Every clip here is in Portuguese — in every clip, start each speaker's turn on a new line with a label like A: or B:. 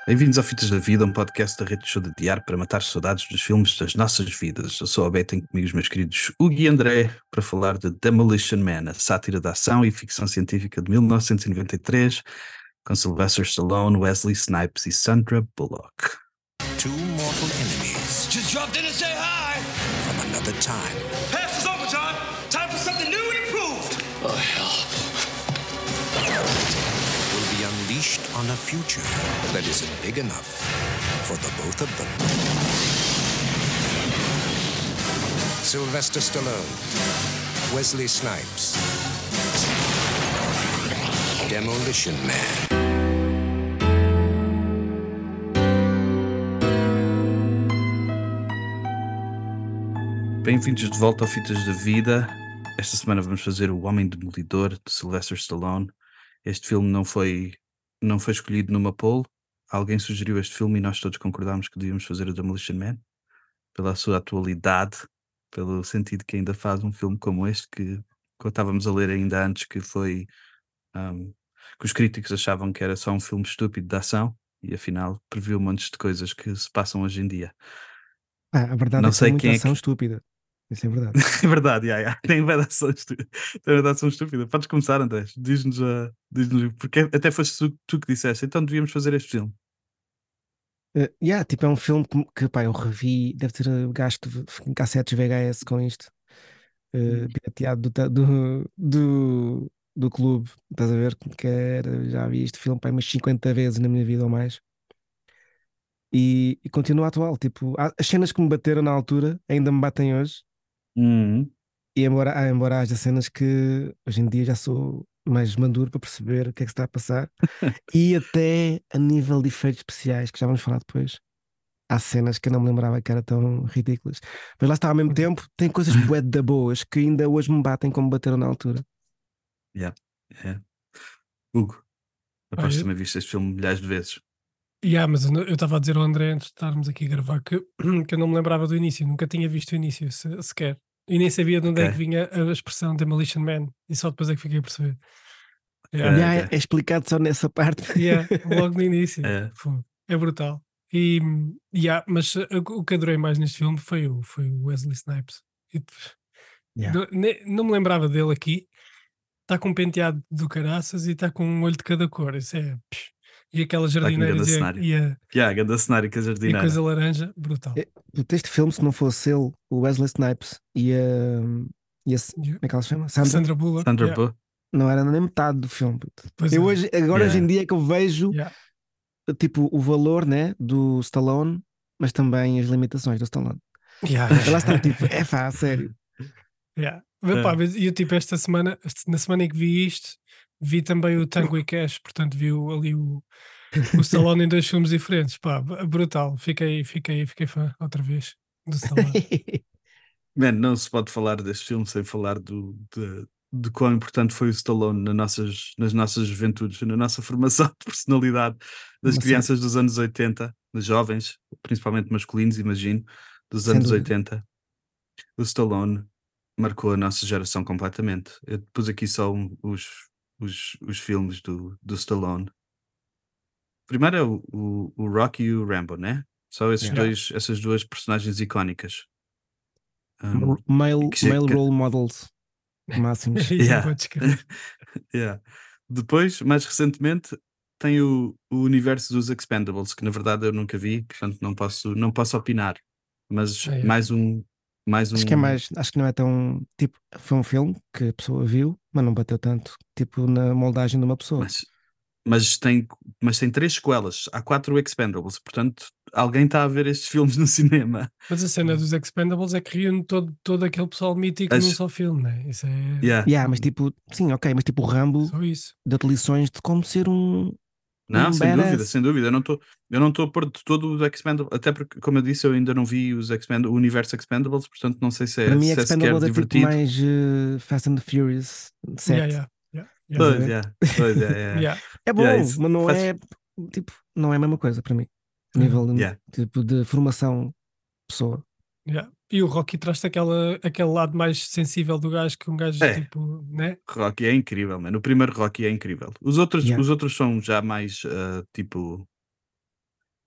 A: Bem-vindos ao Fitas da Vida, um podcast da Rede Show de Diário para matar saudades dos filmes das nossas vidas. Eu sou a Beta, tenho comigo os meus queridos Hugo e André para falar de Demolition Man, a sátira de ação e ficção científica de 1993, com Sylvester Stallone, Wesley Snipes e Sandra Bullock.
B: Two mortal enemies
C: Just dropped in to say hi.
B: from another time.
C: Pass is over, John. Time for something new and improved. Oh, hell.
B: Will be unleashed on a future that isn't big enough for the both of them. Sylvester Stallone, Wesley Snipes, Demolition Man.
A: Bem-vindos de volta ao Fitas da Vida. Esta semana vamos fazer O Homem Demolidor, de Sylvester Stallone. Este filme não foi escolhido numa poll. Alguém sugeriu este filme e nós todos concordámos que devíamos fazer o Demolition Man, pela sua atualidade, pelo sentido que ainda faz um filme como este, que estávamos a ler ainda antes, que foi que os críticos achavam que era só um filme estúpido de ação e afinal previu montes de coisas que se passam hoje em dia.
D: A verdade
A: Não
D: é que
A: sei
D: tem muita
A: quem é
D: ação
A: que-
D: estúpida. Isso é verdade.
A: É verdade, tem vedação estúpida. Podes começar, André. Diz-nos, porque até foste tu que disseste, então devíamos fazer este filme.
D: Tipo, é um filme que pá, eu revi, deve ter gasto em cassetes VHS com isto, pirateado do clube, estás a ver? Que era, já vi este filme pá, umas 50 vezes na minha vida ou mais. E continua atual. Tipo, as cenas que me bateram na altura ainda me batem hoje.
A: Uhum.
D: E embora haja cenas que hoje em dia já sou mais maduro para perceber o que é que se está a passar. E até a nível de efeitos especiais, que já vamos falar depois, há cenas que eu não me lembrava que eram tão ridículas. Mas lá está, ao mesmo tempo, tem coisas bué da boas que ainda hoje me batem como bateram na altura.
A: Yeah. Hugo, aposto que
E: Olha,
A: também viste este filme milhares de vezes.
E: mas eu estava a dizer ao André antes de estarmos aqui a gravar que eu não me lembrava do início, nunca tinha visto o início sequer. E nem sabia de onde é
A: Ok.
E: que vinha a expressão Demolition Man. E só depois é que fiquei a perceber.
A: Ok.
E: Yeah,
D: É explicado só nessa parte.
E: logo no início.
A: É.
E: Fogo. É brutal. Mas o que adorei mais neste filme foi o Wesley Snipes. E,
D: Yeah.
E: não me lembrava dele aqui. Está com um penteado do caraças e está com um olho de cada cor. Isso é. E aquelas
A: Está com um
E: jardineiras
A: grande
E: cenário.
A: grande cenário com a
E: E a
A: jardineira.
E: coisa laranja, brutal.
D: Este filme, se não fosse ele, o Wesley Snipes e como é que ela se chama? Sandra,
E: Sandra Bullock.
A: Sandra
E: yeah.
A: Bullock.
D: não era nem metade do filme. Puto.
E: Pois
D: Eu
E: é.
D: hoje, agora hoje em
A: Yeah.
D: dia é que eu vejo
E: Yeah.
D: tipo o valor, né, do Stallone, mas também as limitações do Stallone.
E: Yeah,
D: Mas lá está, tipo, a sério.
E: yeah. Mas eu tipo esta semana, na semana em que vi isto, vi também o Tango e Cash, portanto vi ali o Stallone em dois filmes diferentes. Pá, brutal. Fiquei fã outra vez do Stallone.
A: Man, não se pode falar deste filme sem falar de quão importante foi o Stallone nas nossas juventudes, na nossa formação de personalidade das
D: Uma
A: crianças dos anos 80, dos jovens, principalmente masculinos, imagino, dos
D: Sem
A: anos
D: dúvida.
A: 80. O Stallone marcou a nossa geração completamente. Eu pus aqui só os filmes do Stallone. Primeiro é o Rocky e o Rambo, né? Só
D: Yeah.
A: essas duas personagens icónicas.
D: Male
A: que chega-
D: role models máximos.
A: Yeah.
E: Podes crer.
A: Yeah. Depois, mais recentemente, tem o universo dos Expendables, que na verdade eu nunca vi, portanto não posso opinar. Mas
E: Yeah.
A: mais um.
D: Acho que não é tão, tipo, foi um filme que a pessoa viu, mas não bateu tanto, tipo, na moldagem de uma pessoa.
A: Mas tem 3 sequelas, há 4 Expendables, portanto alguém está a ver estes filmes no cinema.
E: Mas a cena dos Expendables é que reúne todo aquele pessoal mítico num só filme, né? Isso é
A: Yeah.
D: Mas tipo, sim, ok, mas tipo o Rambo
E: só isso.
D: deu-te lições de como ser um
A: Não, sem
D: badass.
A: dúvida, sem dúvida. Eu não estou a pôr de todo os Expendables, até porque, como eu disse, eu ainda não vi o universo Expendables, portanto não sei se
D: Para mim,
A: é sequer
D: Expendables é tipo
A: divertido.
D: mais Fast and the Furious 7.
E: Yeah.
D: Estás a
A: Pois,
D: ver?
A: pois,
E: Yeah.
D: É bom,
A: Yeah, isso
D: mas não
A: faz-
D: é, tipo, não é a mesma coisa para mim. A nível de,
A: Yeah.
D: tipo, de formação de pessoa.
E: Yeah. E o Rocky traz-te aquele lado mais sensível do gajo que um gajo
A: É.
E: tipo, né?
A: Rocky é incrível, mano. O primeiro Rocky é incrível. Os outros são já mais tipo.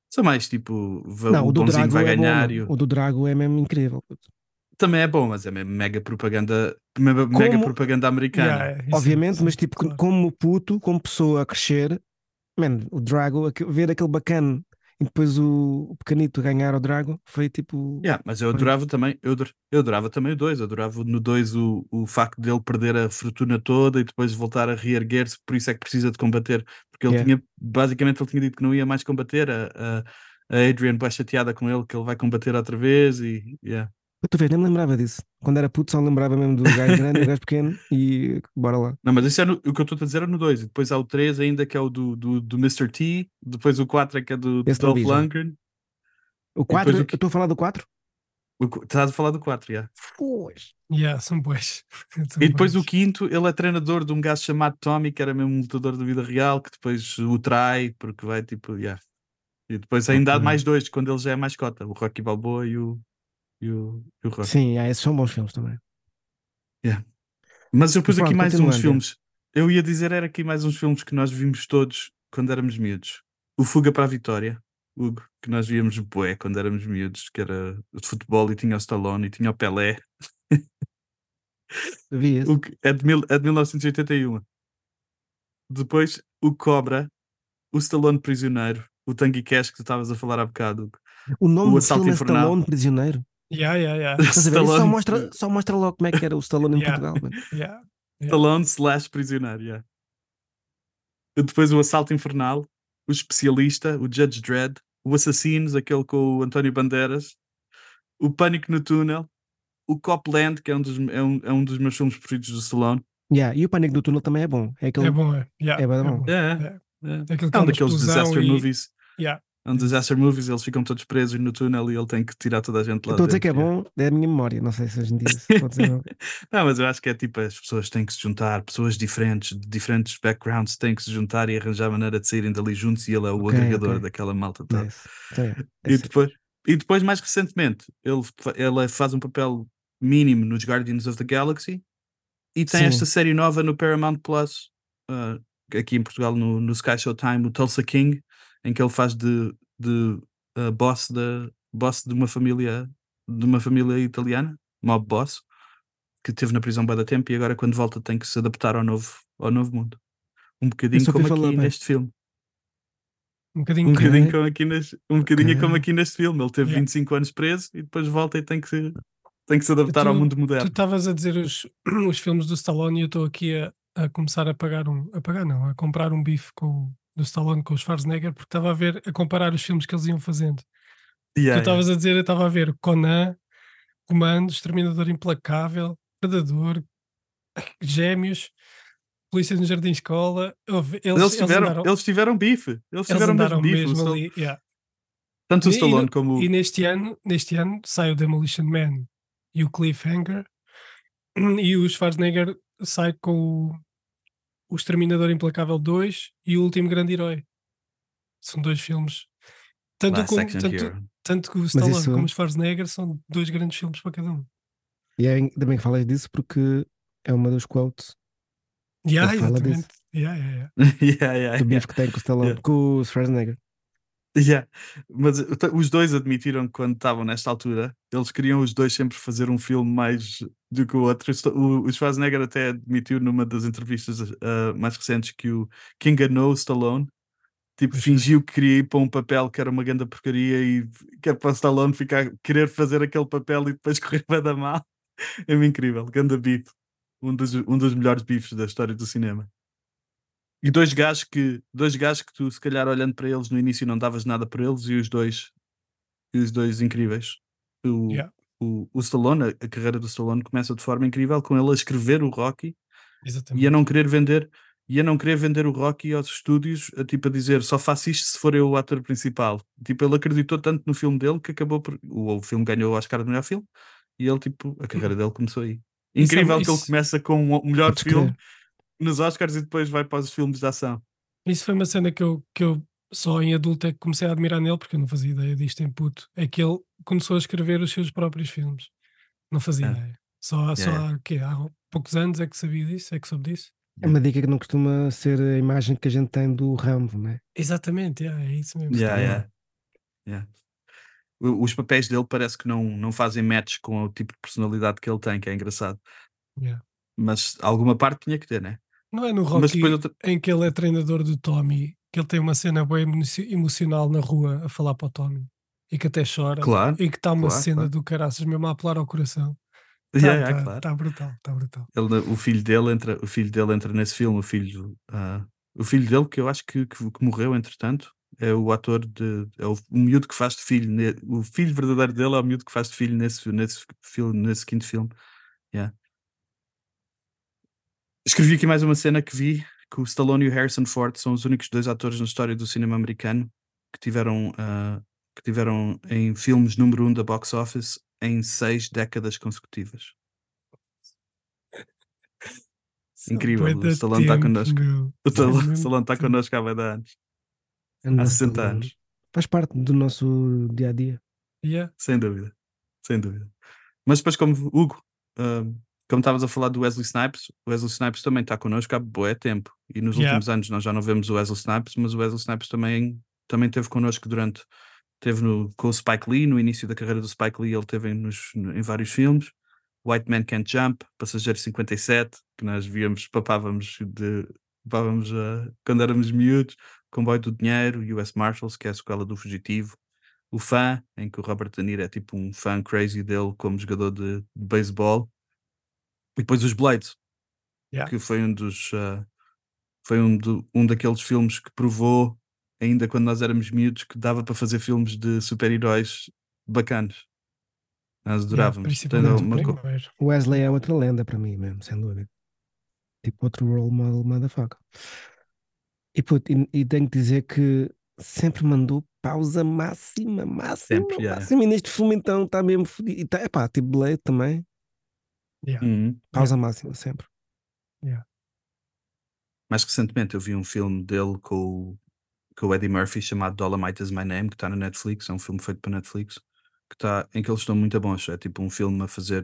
A: São mais tipo,
D: Não,
A: o
D: o do
A: bonzinho
D: Drago
A: vai
D: é bom,
A: ganhar
D: mano. O do Drago é mesmo incrível, puto.
A: também é bom, mas é mesmo mega propaganda, mega
D: Como,
A: propaganda americana.
E: Yeah, isso é,
D: obviamente,
E: sim,
D: mas tipo,
E: claro.
D: como puto, como pessoa a crescer, man, o Drago, ver aquele bacana e depois o pequenito ganhar ao Drago foi tipo.
A: Yeah, mas eu
D: Foi,
A: adorava também, eu adorava também o 2, adorava no 2 o facto dele perder a fortuna toda e depois voltar a reerguer-se, por isso é que precisa de combater, porque ele
D: yeah.
A: tinha, basicamente ele tinha dito que não ia mais combater, a Adrian vai chateada com ele que ele vai combater outra vez e yeah.
D: Tu vês, nem me lembrava disso. Quando era puto, só me lembrava mesmo do gajo grande e o gajo pequeno e bora lá.
A: Não, mas isso é o que eu estou a dizer é no 2, e depois há o 3 ainda que é o do Mr. T, depois o 4 é que é do
D: Esse não
A: Dolph
D: vi já.
A: Lundgren,
D: O
A: e
D: 4,
A: depois
D: eu estou a falar do 4?
A: estás a falar do 4, yeah.
D: Pois.
E: Yeah, são boas.
A: E depois o quinto, ele é treinador de um gajo chamado Tommy, que era mesmo um lutador da vida real, que depois o trai, porque vai tipo, yeah. E depois ainda há mais dois, quando ele já é mascota, o Rocky Balboa e o Rocky.
D: Sim, esses são bons filmes também.
A: Yeah. Mas eu
D: Mas
A: pus aqui
D: pronto,
A: mais uns
D: continuando.
A: filmes. Eu ia dizer, era aqui mais uns filmes que nós vimos todos quando éramos miúdos. O Fuga para a Vitória, Hugo, que nós víamos bué quando éramos miúdos, que era de futebol e tinha o Stallone e tinha o Pelé.
D: Eu vi esse.
A: É de 1981. Depois o Cobra, o Stallone Prisioneiro, o Tanguy Cash que tu estavas a falar há bocado,
D: O nome
A: o
D: do
A: Assalto
D: filme é
A: Infernal,
D: Stallone Prisioneiro.
E: Yeah.
D: Estás a ver? Isso
A: Stallone,
D: só mostra logo como é que era o Stallone em
E: Yeah.
D: Portugal, mano.
E: Yeah.
A: Stallone / Prisioneiro, yeah. Depois o Assalto Infernal, o Especialista, o Judge Dredd, o Assassinos, aquele com o António Bandeiras, o Pânico no Túnel, o Copland, que é um dos meus filmes preferidos do Stallone.
D: Yeah, e o Pânico do Túnel também é bom. É
E: É
D: aquele.
E: bom, é. Yeah,
D: É bem
E: é
D: bom.
E: bom.
A: É,
E: É.
A: é.
E: Aquilo que
A: É
E: há
A: um
E: uma
A: daqueles
E: explosão
A: disaster
E: e...
A: movies.
E: Yeah.
A: É um disaster movies, eles ficam todos presos no túnel e ele tem que tirar toda a gente
D: Eu
A: lá
D: estou a dizer que é
A: dentro.
D: bom, é a minha memória. Não sei se hoje em dia se pode dizer.
A: Não, mas eu acho que é tipo, as pessoas têm que se juntar, pessoas diferentes, de diferentes backgrounds, têm que se juntar e arranjar maneira de saírem dali juntos e ele é o
D: Ok,
A: agregador
D: ok.
A: daquela malta toda.
D: Nice. Então, yeah,
A: E
D: esse-
A: depois, e depois, mais recentemente, ele faz um papel mínimo nos Guardians of the Galaxy e tem esta
D: Sim,
A: série nova no Paramount Plus, aqui em Portugal, no Sky Showtime, o Tulsa King, em que ele faz de boss de uma família italiana, mob boss, que esteve na prisão há da tempo e agora quando volta tem que se adaptar ao novo mundo. Um bocadinho
D: isso ouvi
A: como
D: falar
A: aqui
D: bem.
A: neste filme.
E: Um bocadinho
A: Um
E: que...
A: bocadinho
D: Ok,
A: como
D: ok.
A: aqui neste filme. Ele teve
E: Yeah.
A: 25 anos preso e depois volta e tem que se adaptar ao
E: Tu
A: mundo moderno.
E: estavas a dizer os filmes do Stallone e eu estou aqui a começar a pagar não, a comprar um bife do Stallone com o Schwarzenegger porque estava a comparar os filmes que eles iam fazendo. Tu
A: Yeah, yeah.
E: estavas a dizer, eu estava a ver Conan, Comando, Exterminador Implacável, Predador, Gêmeos, Polícia no Jardim Escola.
A: Eles tiveram bife. Eles
E: Eles
A: tiveram mesmo
E: andaram
A: bife.
E: mesmo ali. Yeah.
A: Tanto o
E: E,
A: Stallone
E: no-
A: como.
E: e neste ano sai o Demolition Man e o Cliffhanger e o Schwarzenegger sai com o Exterminador Implacável 2 e o Último Grande Herói. São dois filmes. Tanto,
A: Last
E: como,
A: Action
E: tanto,
A: Hero.
E: tanto que o
D: Mas
E: Stallone como o
D: isso.
E: Schwarzenegger são dois grandes filmes para cada um.
D: E ainda bem que falas disso porque é uma dos quotes que ele fala disso.
E: Exatamente. Yeah.
A: Yeah,
D: Do
A: yeah,
D: bife que tem com o Stallone,
A: yeah.
D: com o Schwarzenegger.
A: Yeah. Mas os dois admitiram que quando estavam nesta altura, eles queriam os dois sempre fazer um filme mais do que o outro. O Schwarzenegger até admitiu numa das entrevistas mais recentes que enganou o Stallone. Tipo,
E: Pois foi.
A: fingiu que queria ir para um papel que era uma grande porcaria e que é para o Stallone querer fazer aquele papel e depois correr para dar mal. É incrível, ganda beef. Um dos melhores bifes da história do cinema. E dois gajos que tu, se calhar, olhando para eles no início, não davas nada por eles, e os dois incríveis. O,
E: Yeah.
A: o Stallone, a carreira do Stallone começa de forma incrível com ele a escrever o Rocky e a
E: Exatamente.
A: não querer vender o Rocky aos estúdios, a dizer só faço isto se for eu o ator principal. Tipo, ele acreditou tanto no filme dele que acabou por. O filme ganhou o Oscar de melhor filme e ele, tipo, a carreira dele começou aí.
E: Isso é-
A: Incrível que ele
E: isso-
A: começa com o melhor
D: Podes
A: filme
D: crer.
A: nos Oscars e depois vai para os filmes de ação.
E: Isso foi uma cena que eu só em adulto é que comecei a admirar nele, porque eu não fazia ideia disto em puto. É que ele começou a escrever os seus próprios filmes. Não fazia
A: É.
E: ideia. Só
A: Yeah,
E: há poucos anos é que sabia disso, é que soube disso.
D: É uma dica que não costuma ser a imagem que a gente tem do Rambo, né?
E: Exatamente, é isso mesmo.
A: Yeah,
D: Yeah.
A: yeah. Yeah. Os papéis dele parece que não fazem match com o tipo de personalidade que ele tem, que é engraçado.
E: Yeah.
A: Mas alguma parte tinha que ter, né?
E: Não é no
A: Mas depois
E: Rocky em que ele é treinador do Tommy, que ele tem uma cena bem emocional na rua a falar para o Tommy e que até chora
A: Claro,
E: e que está uma
A: claro,
E: cena
A: claro.
E: do caraças mesmo a apelar ao coração.
A: Yeah, yeah, claro.
E: Tá brutal, tá brutal.
A: O filho dele entra nesse filme, o filho dele, que eu acho que morreu entretanto, é o ator é o miúdo que faz de filho, o filho verdadeiro dele é o miúdo que faz de filho nesse quinto filme. Yeah. Escrevi aqui mais uma cena que vi, que o Stallone e o Harrison Ford são os únicos 2 atores na história do cinema americano que tiveram em filmes número 1 da box office em 6 décadas consecutivas. Incrível, o Stallone está connosco. O Stallone está connosco há bué de anos. Há 60 anos.
D: Faz parte do nosso dia a dia.
E: Yeah.
A: Sem dúvida. Sem dúvida. Mas depois, como Hugo, como estavas a falar do Wesley Snipes, o Wesley Snipes também está connosco há bué tempo. E nos
E: Yeah.
A: últimos anos nós já não vemos o Wesley Snipes, mas o Wesley Snipes também esteve connosco com o Spike Lee, no início da carreira do Spike Lee, ele esteve em vários filmes. White Man Can't Jump, Passageiro 57, que nós papávamos quando éramos miúdos, Comboio do Dinheiro, US Marshals, que é a sequela do Fugitivo, O Fã, em que o Robert De Niro é tipo um fã crazy dele como jogador de beisebol, e depois os Blades,
E: Yeah.
A: que foi um daqueles filmes que provou, ainda quando nós éramos miúdos, que dava para fazer filmes de super-heróis bacanas. Nós adorávamos.
E: Principalmente o primeiro.
D: O Wesley é outra lenda para mim mesmo, sem dúvida. Tipo outro role model motherfucker. E tenho que dizer que sempre mandou pausa máxima.
A: Sempre, yeah.
D: E neste filme então está mesmo fodido. E tá, tipo Blade também.
E: Yeah.
D: Pausa máxima, sempre.
E: Yeah.
A: Mais recentemente eu vi um filme dele com o Eddie Murphy chamado Dolomite Is My Name, que está na Netflix. É um filme feito para Netflix, em que eles estão muito bons. É tipo um filme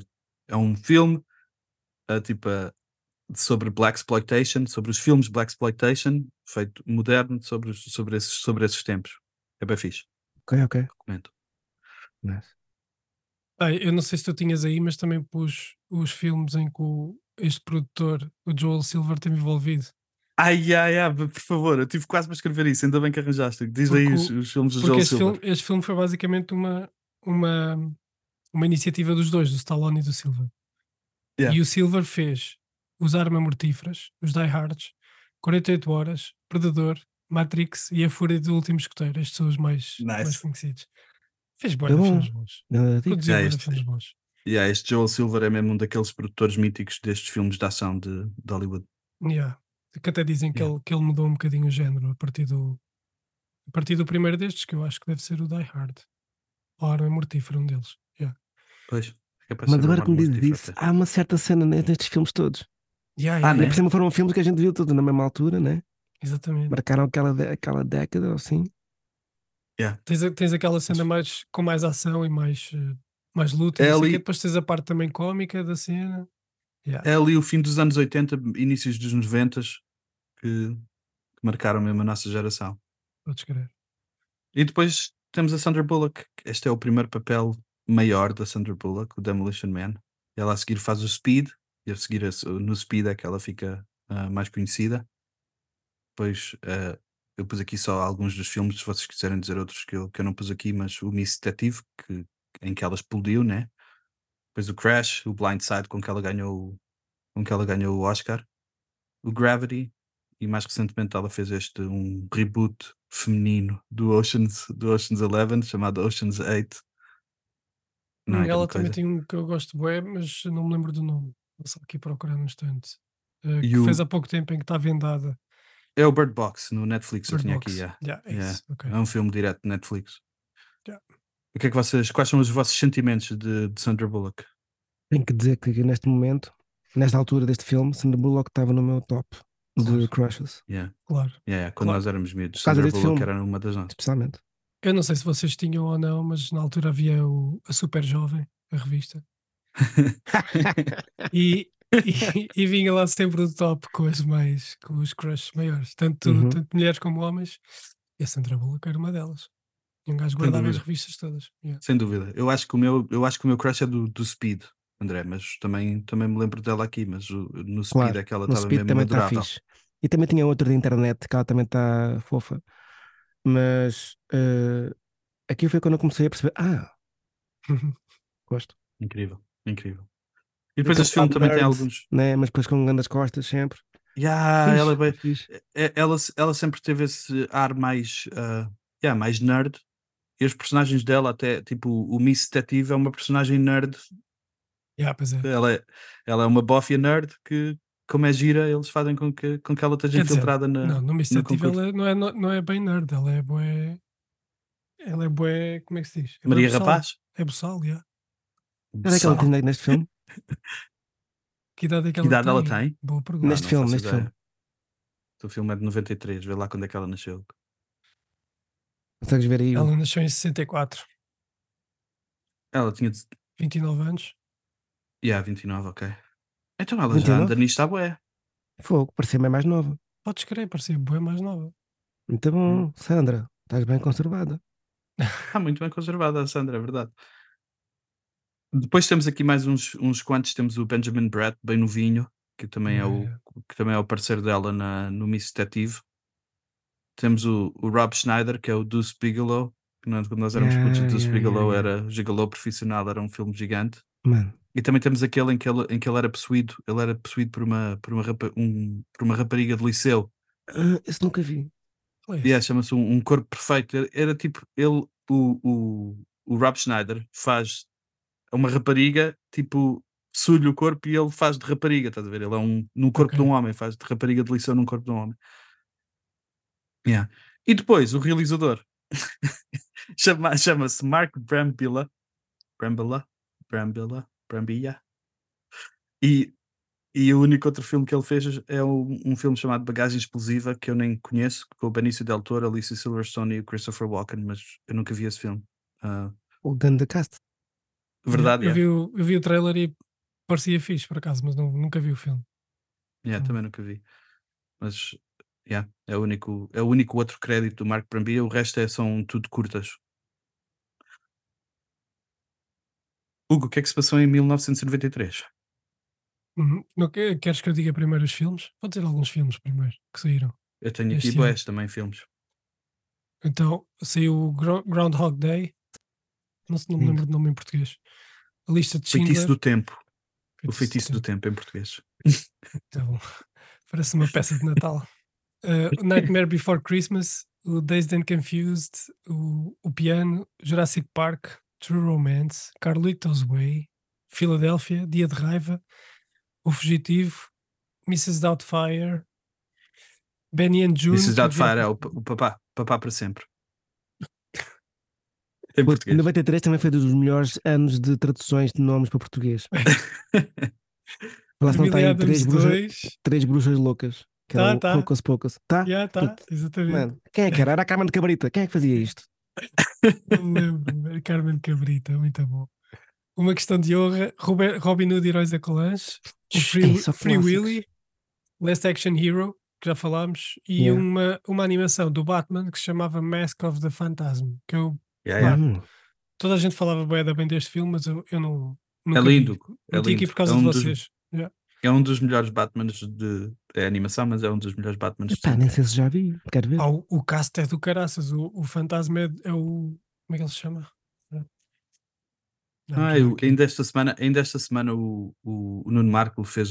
A: sobre Black Exploitation, sobre os filmes Black Exploitation, feito moderno, sobre esses tempos. É bem fixe.
D: Ok.
A: Recomendo.
D: Nice.
E: Eu não sei se tu tinhas aí, mas também pus os filmes em que este produtor, o Joel Silver, teve envolvido.
A: Por favor, eu tive quase para escrever isso, ainda bem que arranjaste. Diz aí os filmes do Joel Silver.
E: Este filme foi basicamente uma iniciativa dos dois, do Stallone e do Silver.
A: Yeah.
E: E o Silver fez os Armas Mortíferas, os Die Hards, 48 Horas, Predador, Matrix e A Fúria do Último Escoteiro. Estes são os mais conhecidos. Fez boa filmes bons. Produziu boa filmes bons.
A: Este Joel Silver é mesmo um daqueles produtores míticos destes filmes de ação de Hollywood.
E: Yeah. Que até dizem que ele mudou um bocadinho o género a partir do primeiro destes, que eu acho que deve ser o Die Hard. Ou Arma Mortífera, um deles. Yeah.
A: Pois.
D: Mas agora que me dizes disso, há uma certa cena nestes filmes todos.
E: Né?
D: Por cima foram filmes que a gente viu todos na mesma altura, né?
E: Exatamente.
D: Marcaram aquela década ou assim.
A: Yeah.
E: Tens aquela cena com mais ação e mais luta. Depois tens a parte também cómica da cena. Yeah.
A: É ali o fim dos anos 80, inícios dos 90 que marcaram mesmo a nossa geração.
E: Podes crer.
A: E depois temos a Sandra Bullock. Este é o primeiro papel maior da Sandra Bullock, o Demolition Man. Ela a seguir faz o Speed, e a seguir no Speed é que ela fica mais conhecida. Depois eu pus aqui só alguns dos filmes, se vocês quiserem dizer outros que eu não pus aqui, mas o Miss Detective, em que ela explodiu, né? Depois o Crash, o Blindside, com que ela ganhou o Oscar, o Gravity, e mais recentemente ela fez um reboot feminino do Ocean's 11, chamado Ocean's 8.
E: Ela também tem um que eu gosto bué, mas não me lembro do nome. Vou só aqui procurar num instante. Que fez há pouco tempo em que está vendada.
A: É o Bird Box no Netflix.
E: Bird
A: eu tinha
E: Box.
A: aqui.
E: Isso, okay.
A: É um filme direto de Netflix.
E: Yeah.
A: O que é que quais são os vossos sentimentos de Sandra Bullock?
D: Tenho que dizer que neste momento, nesta altura deste filme, Sandra Bullock estava no meu top de crushes.
E: Claro.
A: Quando nós éramos miúdos,
D: Por causa
A: Sandra
D: deste
A: Bullock
D: filme,
A: era uma das nossas.
D: especialmente.
E: Eu não sei se vocês tinham ou não, mas na altura havia a Super Jovem, a revista. e vinha lá sempre o top com os crushes maiores, tanto mulheres como homens. E a Sandra Bullock era uma delas. E um gajo
A: Sem
E: guardava as
A: dúvida.
E: revistas todas. Yeah.
A: Sem dúvida. Eu acho que o meu crush é do Speed, André, mas também me lembro dela aqui, mas no Speed
D: Claro,
A: é que ela
D: no
A: estava
D: Speed
A: mesmo
D: também está
A: adorável.
D: fixe. E também tinha outro de internet que ela também está fofa. Mas aqui foi quando eu comecei a perceber: gosto.
A: Incrível, incrível. E
D: E
A: depois
D: aquele
A: este filme
D: lado
A: também tem
D: nerd,
A: alguns.
D: né? Mas depois com grandes costas sempre.
A: Ela, é
D: Fixe,
A: bem-
D: fixe.
A: ela sempre teve esse ar mais, mais nerd. E os personagens dela, até tipo o Miss Detetive, é uma personagem nerd.
E: Yeah, pois é.
A: Ela é uma bófia nerd que, como é gira, eles fazem com que ela esteja
E: Quer dizer,
A: infiltrada
E: não, no Miss
A: no
E: Detetive
A: concurso.
E: ela não é bem nerd, ela é bué. Ela é bué. Como é que se diz? É bué
A: Maria
E: boçal.
A: Rapaz?
E: É boçal, yeah.
D: Qual é que ela
A: Sal.
D: tem neste filme?
E: Que idade é que
A: Que
E: ela
A: idade ela
E: tem?
A: tem?
E: Boa pergunta.
D: Neste
A: Não
D: filme,
A: faço
D: neste filme.
A: ideia. O filme é de 93, vê lá quando é que ela nasceu.
D: Consegues ver aí?
E: Ela nasceu em 64,
A: Ela tinha
E: 29 anos.
A: 29, ok. Então ela já
D: 29?
A: anda nisto há bué.
D: Fogo, parecia-me mais nova.
E: Podes crer, parecia bué mais nova.
D: Muito bom, Sandra, estás bem conservada.
A: Está muito bem conservada a Sandra, é verdade. Depois temos aqui mais uns quantos. Temos o Benjamin Bratt, bem novinho, que também é o parceiro dela no Miss Detetive. Temos o Rob Schneider, que é o Deuce Bigelow. Que quando nós éramos putos, o Deuce Bigelow era gigolô profissional, era um filme gigante.
D: Mano,
A: E também temos aquele em que ele era possuído por uma rapariga de liceu.
D: esse nunca vi.
E: Qual é
A: E
E: esse?
A: chama-se um Corpo Perfeito. Era tipo, o Rob Schneider faz uma rapariga, tipo, sulha o corpo e ele faz de rapariga, estás a ver? Ele é no corpo
E: Ok.
A: de um homem, faz de rapariga de liceu num corpo de um homem. Yeah. E depois, o realizador chama-se Mark Brambilla. Brambilla. E o único outro filme que ele fez é um filme chamado Bagagem Explosiva, que eu nem conheço, com o Benício Del Toro, Alicia Silverstone e o Christopher Walken, mas eu nunca vi esse filme.
D: O Ganda Cast.
A: Verdade, é.
E: Eu vi o trailer e parecia fixe, por acaso, mas nunca vi o filme.
A: Também nunca vi. Mas é o único outro crédito do Mark Brambilla, o resto são tudo curtas. Hugo, o que é que se passou em 1993?
E: Queres que eu diga primeiro os filmes? Vou dizer alguns filmes primeiro que saíram
A: Eu tenho aqui
E: este ano.
A: bués também filmes.
E: Então, saiu o Groundhog Day. Não me lembro do nome em português. A Lista de
A: Feitiço
E: Schindler.
A: do Tempo. O Feitiço do Tempo em português.
E: Tá bom. Parece uma peça de Natal. Nightmare Before Christmas, o Dazed and Confused, o Piano, Jurassic Park, True Romance, Carlitos Way, Philadelphia, Dia de Raiva, O Fugitivo, Mrs. Doubtfire, Benny and June.
A: Mrs.
E: que eu vi há
A: Doubtfire é o
E: pouco.
A: papá para sempre. Em
D: Puto,
A: português.
D: 93 também foi dos melhores anos de traduções de nomes para português. Lá se não está
E: Família
D: aí
E: Adams 2.
D: três bruxas loucas. Que era o
E: Tá.
D: Hocus Pocus. Tá?
E: Tá, exatamente.
D: Mano, quem é que era? Era a Carmen de Cabrita. Quem é que fazia isto?
E: Não me lembro. Carmen Cabrita, muito bom. Uma Questão de Honra, Robin Hood Heróis da Colange, o
D: Só
E: Free
D: clássicos.
E: Willy, Last Action Hero, que já falámos, e
D: Yeah.
E: uma animação do Batman que se chamava Mask of the Phantasm, que eu,
A: Yeah.
E: toda a gente falava bem deste filme, mas eu nunca
A: lindo,
E: vi.
A: é
E: Meti aqui
A: lindo.
E: por causa
A: É
E: de
A: um dos-
E: vocês. Yeah.
A: É um dos melhores Batmans é animação, mas é um dos melhores Batmans de
D: Epá, nem
A: sempre.
D: sei se já vi. Quero ver.
E: O cast é do caraças, o fantasma é o. Como é que ele se chama? Não, já aqui.
A: Ainda esta semana o Nuno Marco fez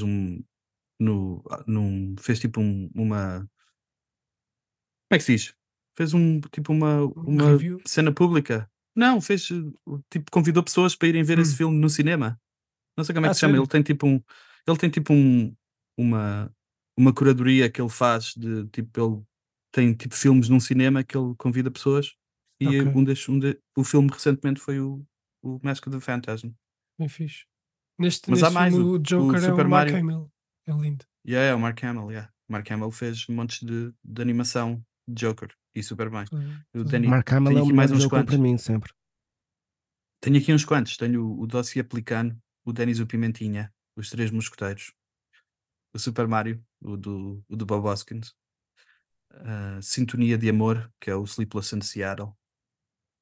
A: fez tipo uma. Como é que se diz? Fez tipo uma
E: Review?
A: cena pública. Não, fez tipo, convidou pessoas para irem ver esse filme no cinema. Não sei como é que se chama.
E: Sério?
A: Ele tem tipo uma curadoria que ele faz de tipo, ele tem tipo filmes num cinema que ele convida pessoas e
E: Ok.
A: o filme recentemente foi o Mask of the Phantasm.
E: Bem fixe. Neste
A: Mas há
E: filme
A: mais,
E: o Joker é
A: Super
E: o Mark
A: Mario.
E: Hamill. É lindo.
A: O Mark Hamill, O Mark Hamill fez montes de animação de Joker e Superman.
D: Mark Hamill
A: Tenho
D: é o
A: aqui
D: melhor
A: mais uns
D: Joker para
A: quantos.
D: mim, sempre.
A: Tenho aqui uns quantos. Tenho o Dossiê Pelicano, o Denis o Pimentinha, os Três Mosqueteiros, o Super Mario, o do Bob Hoskins, Sintonia de Amor, que é o Sleepless in Seattle,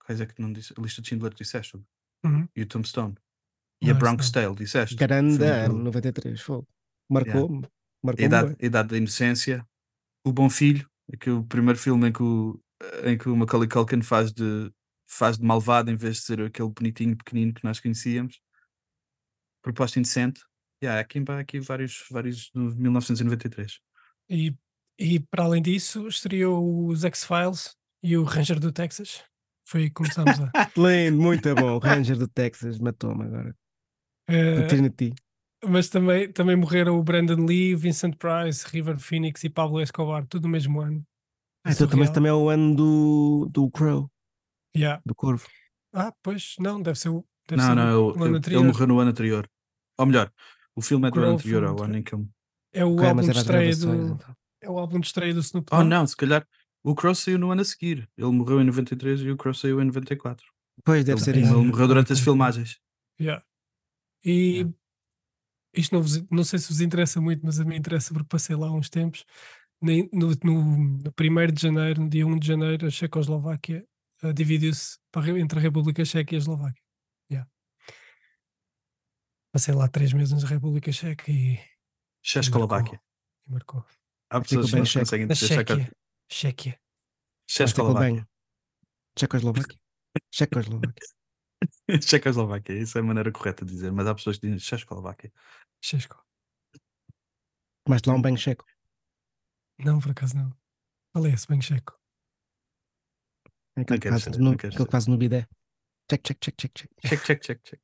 A: Quais é que não disse? A Lista de Schindler disseste?
E: Uhum.
A: E o Tombstone. E
E: Não,
A: a
E: isso
A: Bronx
E: não.
A: Tale disseste?
D: Grande
A: Filme
D: ano,
A: do-
D: 93, fogo.
A: Yeah.
D: Marcou-me.
A: A
D: Marcou-me
A: idade,
D: bem.
A: a Idade da Inocência. O Bom Filho, que é o primeiro filme em que o Macaulay Culkin faz de malvado em vez de ser aquele bonitinho pequenino que nós conhecíamos. Proposta Indecente. Yeah, aqui vários de 1993.
E: E para além disso, estreou os X-Files e o Ranger do Texas. Foi aí que começámos a.
D: Lindo, muito bom. Ranger do Texas matou-me agora.
E: Eh,
D: Trinity.
E: mas também morreram o Brandon Lee, o Vincent Price, River Phoenix e Pablo Escobar, tudo no mesmo ano. É
D: Então também,
E: surreal.
D: também é o ano do Crow,
E: Yeah.
D: do Corvo.
E: Pois não, deve ser o
A: Não,
E: ano
A: ele
E: anterior.
A: morreu no ano anterior. Ou melhor, o filme é do ano
E: Crow
A: anterior
E: foi
A: ao ano em que ele.
E: É o
D: Ok,
E: álbum
D: mas
E: de
D: é das
E: estreia
D: gravações,
E: do.
D: então.
E: É o álbum de estreia do Snoop
A: Oh
E: Dogg.
A: não, se calhar o Crow saiu no ano a seguir. Ele morreu em 93 e o Crow saiu em 94.
D: Pois, deve ser
A: Ele
D: isso.
A: morreu durante as filmagens.
E: Yeah. E
A: Yeah.
E: isto não sei se vos interessa muito, mas a mim interessa porque passei lá há uns tempos. No 1º de janeiro, no dia 1 de janeiro, a Checoslováquia dividiu-se entre a República Checa e a Eslováquia. Yeah. Passei lá 3 meses na República Checa e
A: Checoslováquia.
E: marcou.
A: Há
D: Pode ser que
A: pessoas
D: o
A: que não
D: bem checo.
A: conseguem
E: Na
A: dizer
E: Chequia.
D: Vai ser com o bem.
A: Checoslováquia.
D: Checoslováquia. Checoslováquia.
A: Checoslováquia, isso é a maneira correta de dizer, mas há pessoas que dizem Checoslováquia.
E: Checo.
D: Tomaste lá um banho checo.
E: Não, por acaso não. Qual é esse bem checo?
D: É
A: Não
D: aquele que
A: quero
D: faz
A: saber,
D: no,
A: não quero
D: aquele que faz no bidé. Check, check, check, check, check.
A: Check.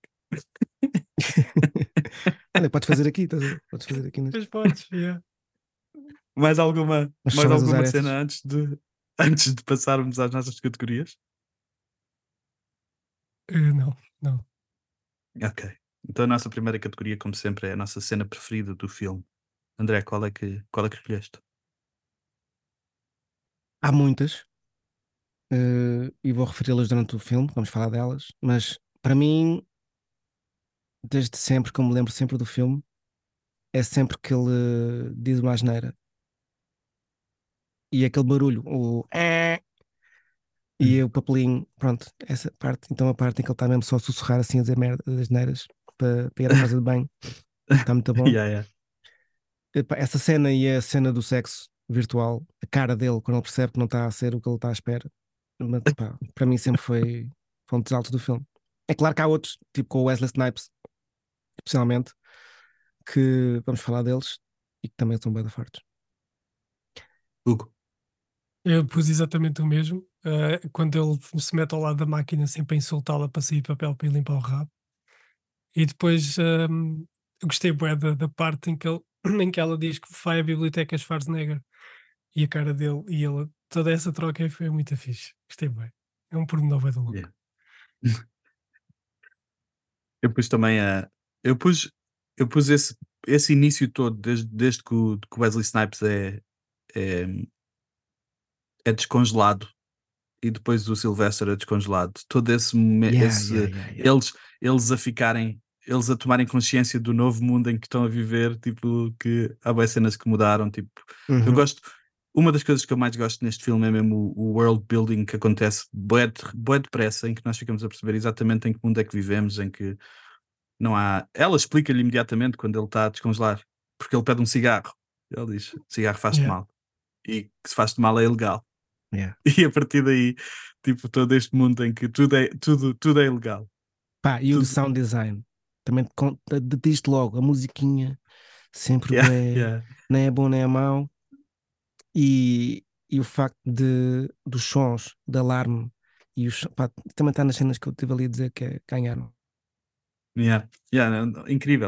D: Olha, podes fazer aqui, estás a ver? Podes fazer aqui.
E: Pois podes, yeah.
A: Mais alguma
D: Mas só vais usar
A: cena antes de passarmos às nossas categorias?
E: Não.
A: Ok. Então a nossa primeira categoria, como sempre, é a nossa cena preferida do filme. André, qual é que escolheste?
D: Há muitas. E vou referi-las durante o filme, vamos falar delas. Mas para mim, desde sempre, que eu me lembro sempre do filme, é sempre que ele diz uma asneira. E aquele barulho, e o papelinho, pronto, essa parte, então a parte em que ele está mesmo só a sussurrar assim a dizer merda, as neiras para ir à casa de banho, está muito bom.
A: Yeah.
D: Epá, essa cena e a cena do sexo virtual, a cara dele quando ele percebe que não está a ser o que ele está à espera, mas, pá, para mim sempre foi pontos altos do filme. É claro que há outros, tipo com o Wesley Snipes, especialmente, que vamos falar deles e que também são bem fortes.
A: Hugo.
E: Eu pus exatamente o mesmo. Quando ele se mete ao lado da máquina sempre a insultá-la para sair papel para ir limpar o rabo. E depois eu gostei bué da parte em que ela diz que vai à biblioteca Schwarzenegger e a cara dele e ele, toda essa troca foi muito fixe. Gostei bem. É um pormenor bué da louco.
A: Yeah. Eu pus também eu pus esse início todo, desde que o Wesley Snipes é descongelado e depois o Sylvester é descongelado. Todo esse momento, eles a tomarem consciência do novo mundo em que estão a viver, tipo, que há boas cenas que mudaram, tipo, eu gosto. Uma das coisas que eu mais gosto neste filme é mesmo o world building que acontece bué depressa, em que nós ficamos a perceber exatamente em que mundo é que vivemos, em que não há. Ela explica-lhe imediatamente quando ele está a descongelar, porque ele pede um cigarro. Ele diz: cigarro faz-te mal. E que se faz-te mal é ilegal.
D: Yeah.
A: E a partir daí, tipo, todo este mundo em que tudo é ilegal.
D: Pá, e o sound design também diz-te logo, a musiquinha sempre nem é bom nem é mau. E o facto dos sons de alarme e pá, também está nas cenas que eu estive ali a dizer que ganharam.
A: Incrível.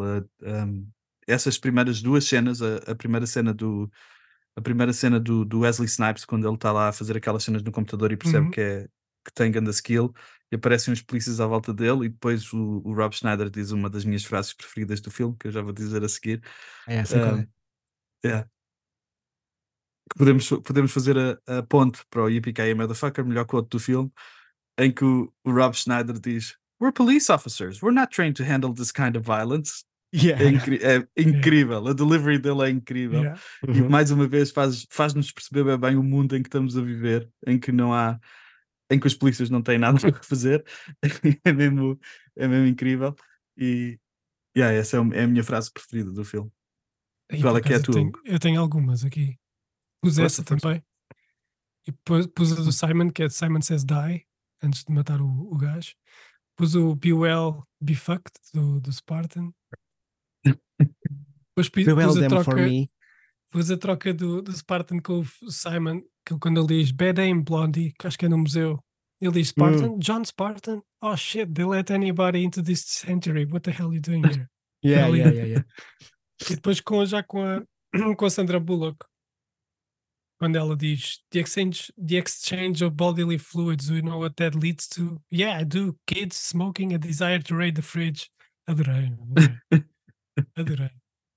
A: Essas primeiras duas cenas, a primeira cena do Wesley Snipes, quando ele está lá a fazer aquelas cenas no computador e percebe que tem grande skill, e aparecem uns polícias à volta dele, e depois o Rob Schneider diz uma das minhas frases preferidas do filme, que eu já vou dizer a seguir.
D: Sei qual é.
A: Podemos fazer a ponte para o Yippee-Ki-Yay Motherfucker, melhor quote do filme, em que o Rob Schneider diz: "We're police officers, we're not trained to handle this kind of violence." É incrível, a delivery dele é incrível. E mais uma vez faz-nos perceber bem o mundo em que estamos a viver, em que não há em que os polícias não têm nada a fazer. É mesmo incrível. E essa é a minha frase preferida do filme.
E: Aí,
A: Qual
E: por
A: é que é a
E: acaso,
A: tua? Hugo?
E: eu tenho algumas aqui. Pus
A: Força,
E: essa
A: força.
E: também. E pus a do Simon, que é Simon Says Die, antes de matar o gajo. Pus o Be Well, Be Fucked, do Spartan. Depois
D: Well
E: pus a
D: them for
E: troca,
D: me.
E: pus a troca do Spartan com o Simon, que quando ele diz Bad Aim Blondie, que acho que é no museu. Ele diz Spartan, John Spartan. Oh shit, they let anybody into this century. What the hell are you doing here?
D: Yeah,
E: Ali.
D: yeah, yeah, yeah.
E: E depois já com a, com a Sandra Bullock, quando ela diz the exchange of bodily fluids, you know what that leads to? Yeah, I do. Kids, smoking, a desire to raid the fridge. Adorei. Adorei.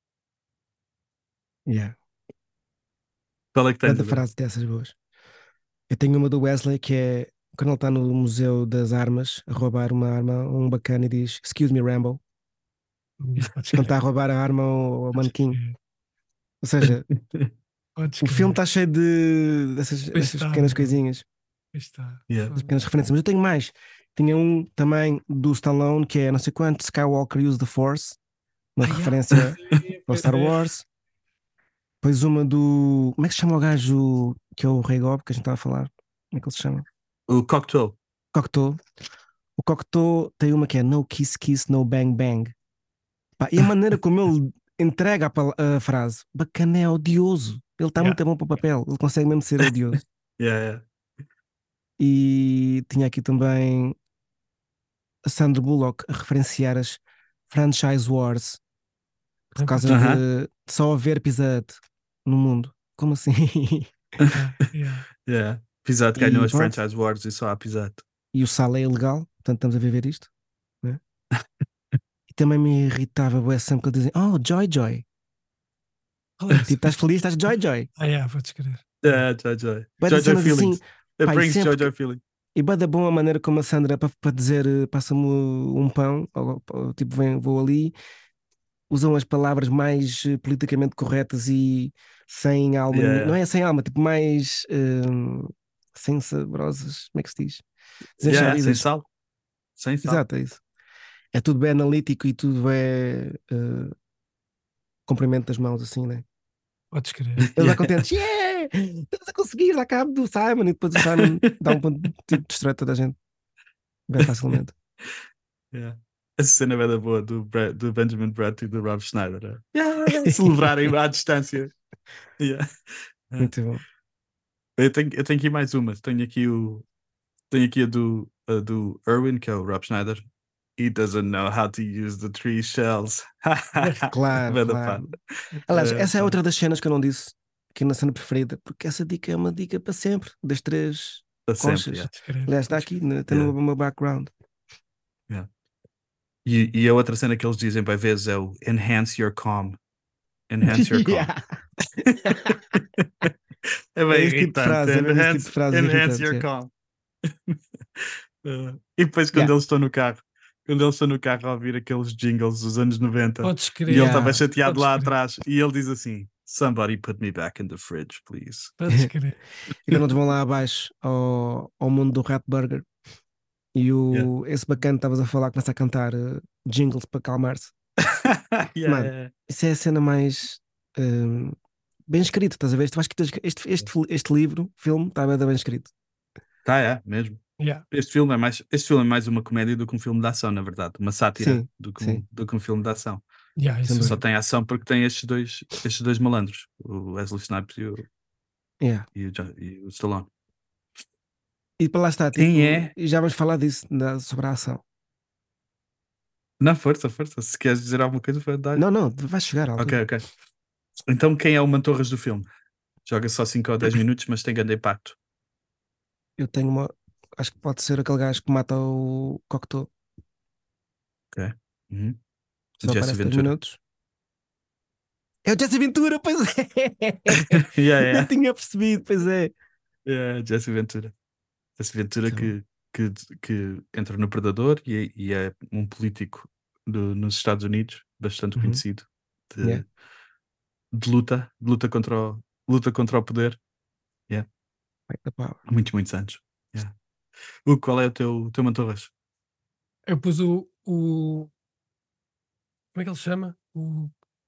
D: Yeah.
A: Qual é que tens
D: Cada
A: agora?
D: frase dessas boas. Eu tenho uma do Wesley que é quando ele está no Museu das Armas a roubar uma arma a um bacana e diz Excuse me, Rambo.
E: Podes
D: Quando está a
E: crer.
D: roubar a arma ao manequim. Ou seja,
E: Podes
D: o filme
E: crer.
D: está cheio dessas
E: Pois
D: dessas
E: está,
D: pequenas
E: meu.
D: coisinhas,
E: Pois está.
A: Yeah.
D: dessas pequenas referências. Mas eu tenho mais. Tinha um também do Stallone que é não sei quanto Skywalker Use the Force, uma referência ao
E: Pois
D: Star
E: é.
D: Wars. Depois uma do. Como é que se chama o gajo que é o Rei Gob que a gente estava a falar? Como é que ele se chama?
A: O Cocteau.
D: Cocteau. O Cocteau tem uma que é No Kiss Kiss, No Bang Bang. Pá, e a maneira como ele entrega a frase, bacana, é odioso. Ele está
E: Yeah.
D: muito bom para o papel, ele consegue mesmo ser odioso.
A: Yeah.
D: E tinha aqui também a Sandra Bullock a referenciar as franchise wars por causa
A: Uh-huh.
D: de só haver Pizza Hut no mundo. Como assim?
E: Yeah.
A: Yeah. Pizza Hut ganhou
D: E
A: as
D: pronto.
A: franchise wars e só há Pizza Hut.
D: E o sal é ilegal, portanto estamos a viver isto. Né? E também me irritava bué sempre que eles dizem Oh, Joy Joy.
E: Qual é
D: Tipo, estás feliz, estás Joy Joy.
E: podes crer.
A: Yeah, Joy.
D: Bué de
A: Joy
D: cenas
A: feelings.
D: assim,
A: It
D: pá, e
A: brings
D: sempre
A: Joy feeling.
D: E bada bom a maneira como a Sandra, para dizer passa-me um pão, ou tipo, vou ali, usam as palavras mais politicamente corretas e sem alma,
A: Yeah.
D: não é sem alma, tipo, mais sem saborosas, como é que se diz?
A: Sem
D: Desenchavidas.
A: sal. Sem sal.
D: Exato, é isso. É tudo bem analítico e tudo é cumprimento das mãos, assim, né?
E: Podes crer.
D: Ele vai contente, yeah! Estamos a conseguir, dá cabo do Simon, e depois o Simon dá um ponto, tipo, destrói toda a gente, bem facilmente.
A: Yeah. Essa cena é da boa do Benjamin Bratt e do Rob Schneider. Yeah, celebrarem à distância. Yeah.
D: Muito bom.
A: Eu tenho aqui mais uma. Tenho aqui a do Irwin, que é o Rob Schneider. He doesn't know how to use the 3 shells.
D: Claro,
A: Vai da
D: claro.
A: pá.
D: Aliás, essa é outra das cenas que eu não disse, que é na cena preferida, porque essa dica é uma dica para sempre, das 3
A: Para sempre,
D: conchas.
A: yeah.
E: Podes crer.
D: Aliás, está aqui, até no meu background.
A: Yeah. E a outra cena que eles dizem para vezes é o enhance your calm. Enhance your calm.
D: Yeah.
A: É bem
D: É esse tipo de
A: irritante.
D: frase, é mesmo esse tipo de frases
A: Enhance
D: irritantes.
A: your
D: Yeah.
A: calm. E depois quando
D: Yeah.
A: eles estão no carro, a ouvir aqueles jingles dos anos 90
E: Podes
A: e
E: crer.
A: ele
D: Yeah.
A: estava chateado
E: Podes
A: lá
E: crer.
A: atrás e ele diz assim: Somebody put me back in the fridge, please.
E: Podes crer.
D: E quando eles vão lá abaixo ao mundo do Rat Burger e esse bacana que estavas a falar começa a cantar jingles para calmar-se. Mano, isso é a cena mais bem escrito, estás a ver? Acho que este livro, filme, está bem escrito.
A: Tá, é, mesmo.
E: Yeah.
A: Este filme é mais uma comédia do que um filme de ação, na verdade. Uma sátira
D: Sim,
A: do que
D: sim.
A: um filme de ação.
E: Yeah,
D: Sem
E: isso
A: Só
D: dúvida.
A: tem ação porque tem estes dois malandros, o Wesley Snipes
D: Yeah.
A: e o Stallone.
D: E para lá está, tipo,
A: Quem é?
D: e já vamos falar disso, sobre a ação.
A: Não, força. Se queres dizer alguma coisa, vai dar.
D: Não, vai chegar à altura.
A: Ok. Então, quem é o Mantorras do filme? Joga só 5 ou 10 minutos, mas tem grande impacto.
D: Eu tenho uma. Acho que pode ser aquele gajo que mata o Cocteau.
A: Ok. Uhum.
D: Só
A: Jesse
D: aparece 10
A: Ventura.
D: minutos. É o Jesse Ventura, pois é!
A: Yeah.
D: Não tinha percebido, pois é.
A: Jesse Ventura. Jesse Ventura
D: Sim.
A: que entra no Predador e é um político nos Estados Unidos, bastante
D: Uhum.
A: conhecido, de
D: Yeah.
A: luta contra o poder.
D: Fight the power.
A: Há muitos anos. Yeah. Qual é o teu Mantorras?
E: Eu pus o. Como é que ele se chama? O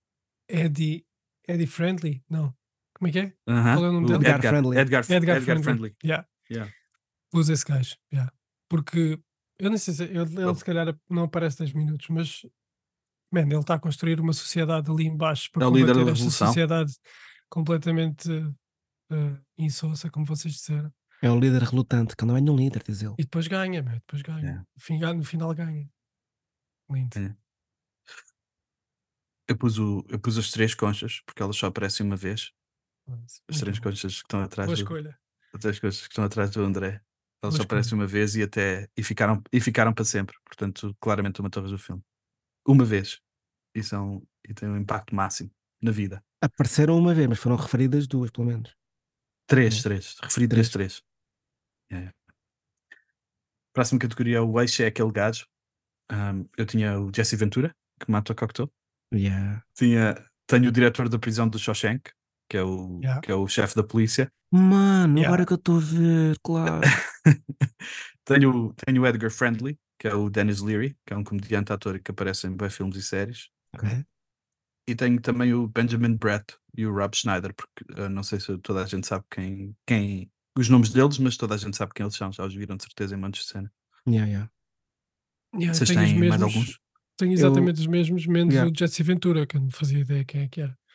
E: Eddie Friendly? Não. Como é que é? Qual é o nome
A: O
E: dele?
D: Edgar Friendly.
E: Edgar
A: Friendly.
E: Friendly. Yeah.
A: Yeah.
E: Pus esse gajo. Yeah. Porque eu não sei se ele se calhar não aparece 10 minutos, mas man, ele está a construir uma sociedade ali embaixo para
A: É o líder
E: combater
A: da
E: esta
A: revolução.
E: sociedade completamente insossa, como vocês disseram.
D: É um líder relutante, que não é nenhum líder, diz ele.
E: E depois ganha, man, depois ganha.
A: É.
E: No final ganha. Lindo.
A: É. Eu pus as 3 conchas, porque elas só aparecem uma vez. As
E: Muito
A: 3
E: bom.
A: conchas que estão atrás
E: Boa
A: do,
E: escolha.
A: as 3 conchas que estão atrás do André. Elas
E: Boa
A: só aparecem
E: escolha.
A: uma vez e ficaram para sempre. Portanto, claramente uma torre do filme. Uma vez. E tem um impacto máximo na vida.
D: Apareceram uma vez, mas foram referidas 2, pelo menos.
A: 3. Referido das 3. Próxima categoria é o eixo, é aquele gajo. Eu tinha o Jesse Ventura, que mata o Cocteau.
D: Yeah.
A: Tenho o diretor da prisão do Shawshank, que é o chefe da polícia.
D: Mano,
E: Yeah.
D: agora que eu estou a ver, claro.
A: tenho o Edgar Friendly, que é o Dennis Leary, que é um comediante ator que aparece em bem filmes e séries.
D: Ok.
A: E tenho também o Benjamin Bratt e o Rob Schneider, porque não sei se toda a gente sabe quem os nomes deles, mas toda a gente sabe quem eles são, já os viram de certeza em montes de cena.
D: Yeah.
E: Yeah,
A: Vocês
E: tenho os
A: têm mais
E: mesmos,
A: alguns?
E: tenho exatamente os mesmos, menos
D: Yeah.
E: o Jesse Ventura, que eu não fazia ideia quem é que era.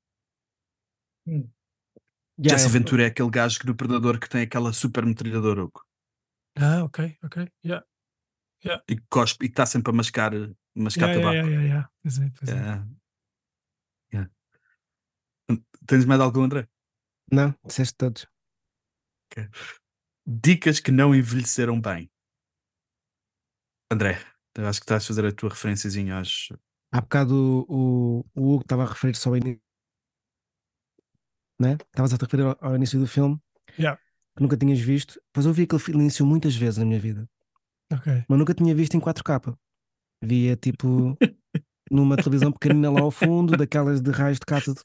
A: Jesse Ventura é aquele gajo que no Predador que tem aquela super metralhadora
E: Ah, ok. Yeah.
A: e que cospe e que está sempre a mascar tabaco.
E: Yeah. Pois é.
A: Yeah. Tens mais algum, André?
D: Não, disseste todos.
A: Dicas que não envelheceram bem. André, eu acho que estás a fazer a tua referenciazinha aos...
D: Há bocado o Hugo estava a referir-se ao início, né? Estavas a te referir ao início do filme,
E: Yeah.
D: que nunca tinhas visto. Pois eu vi aquele início muitas vezes na minha vida,
E: Ok.
D: mas nunca tinha visto em 4K. Via tipo numa televisão pequenina lá ao fundo, daquelas de raios de cátodo.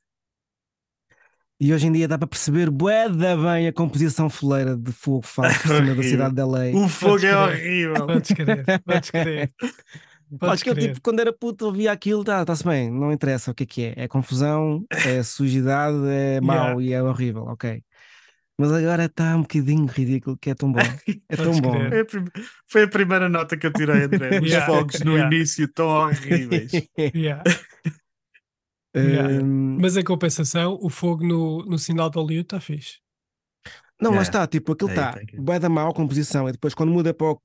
D: E hoje em dia dá para perceber bué da bem a composição foleira de fogo falso por cima da cidade de LA.
A: O fogo
E: Podes
A: é
E: crer.
A: horrível.
E: Podes crer.
D: Acho que eu tipo, quando era puto, ouvia aquilo, está-se bem, não interessa o que é. É confusão, é sujidade, é mau e é horrível, ok. Mas agora está um bocadinho ridículo, que é tão bom. É tão
E: Podes
D: bom.
E: crer.
A: Foi a primeira nota que eu tirei, André. Os
E: Yeah,
A: fogos no
E: yeah.
A: início tão horríveis.
E: Yeah. Yeah.
D: Hum,
E: Mas em compensação, o fogo no sinal de Hollywood está fixe.
D: Não, lá
A: Yeah.
D: está, tipo, aquilo
A: Aí,
D: está
A: tem que-
D: bué da mau a composição, e depois quando muda para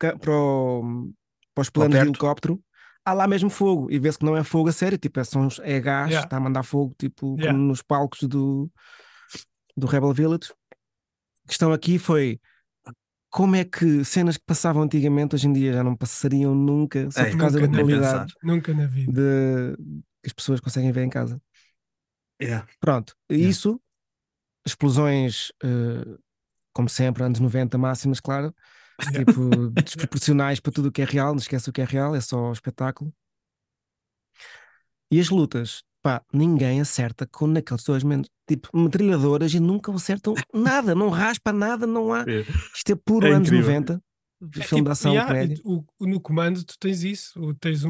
D: os planos de
A: perto.
D: helicóptero, há lá mesmo fogo, e vê-se que não é fogo a sério, tipo, é gás,
E: Yeah.
D: está a mandar fogo, tipo,
E: Yeah.
D: como nos palcos do Rebel Village. A questão aqui foi como é que cenas que passavam antigamente hoje em dia já não passariam nunca, só
A: Ei,
D: por causa da
E: nunca
A: nem
D: qualidade
A: pensar.
E: Nunca na vida.
D: que as pessoas conseguem ver em casa.
A: Yeah.
D: Pronto,
A: Yeah.
D: isso, explosões, como sempre, anos 90 máximas, claro,
E: Yeah.
D: tipo, desproporcionais para tudo o que é real, não esquece o que é real, é só espetáculo. E as lutas, pá, ninguém acerta com naqueles dois menos, tipo, metralhadoras e nunca acertam nada, não raspa nada, não há. Isto é puro
A: É
D: anos
A: incrível.
D: 90, filme de ação,
E: yeah,
D: comédia.
E: no comando tu tens isso, tens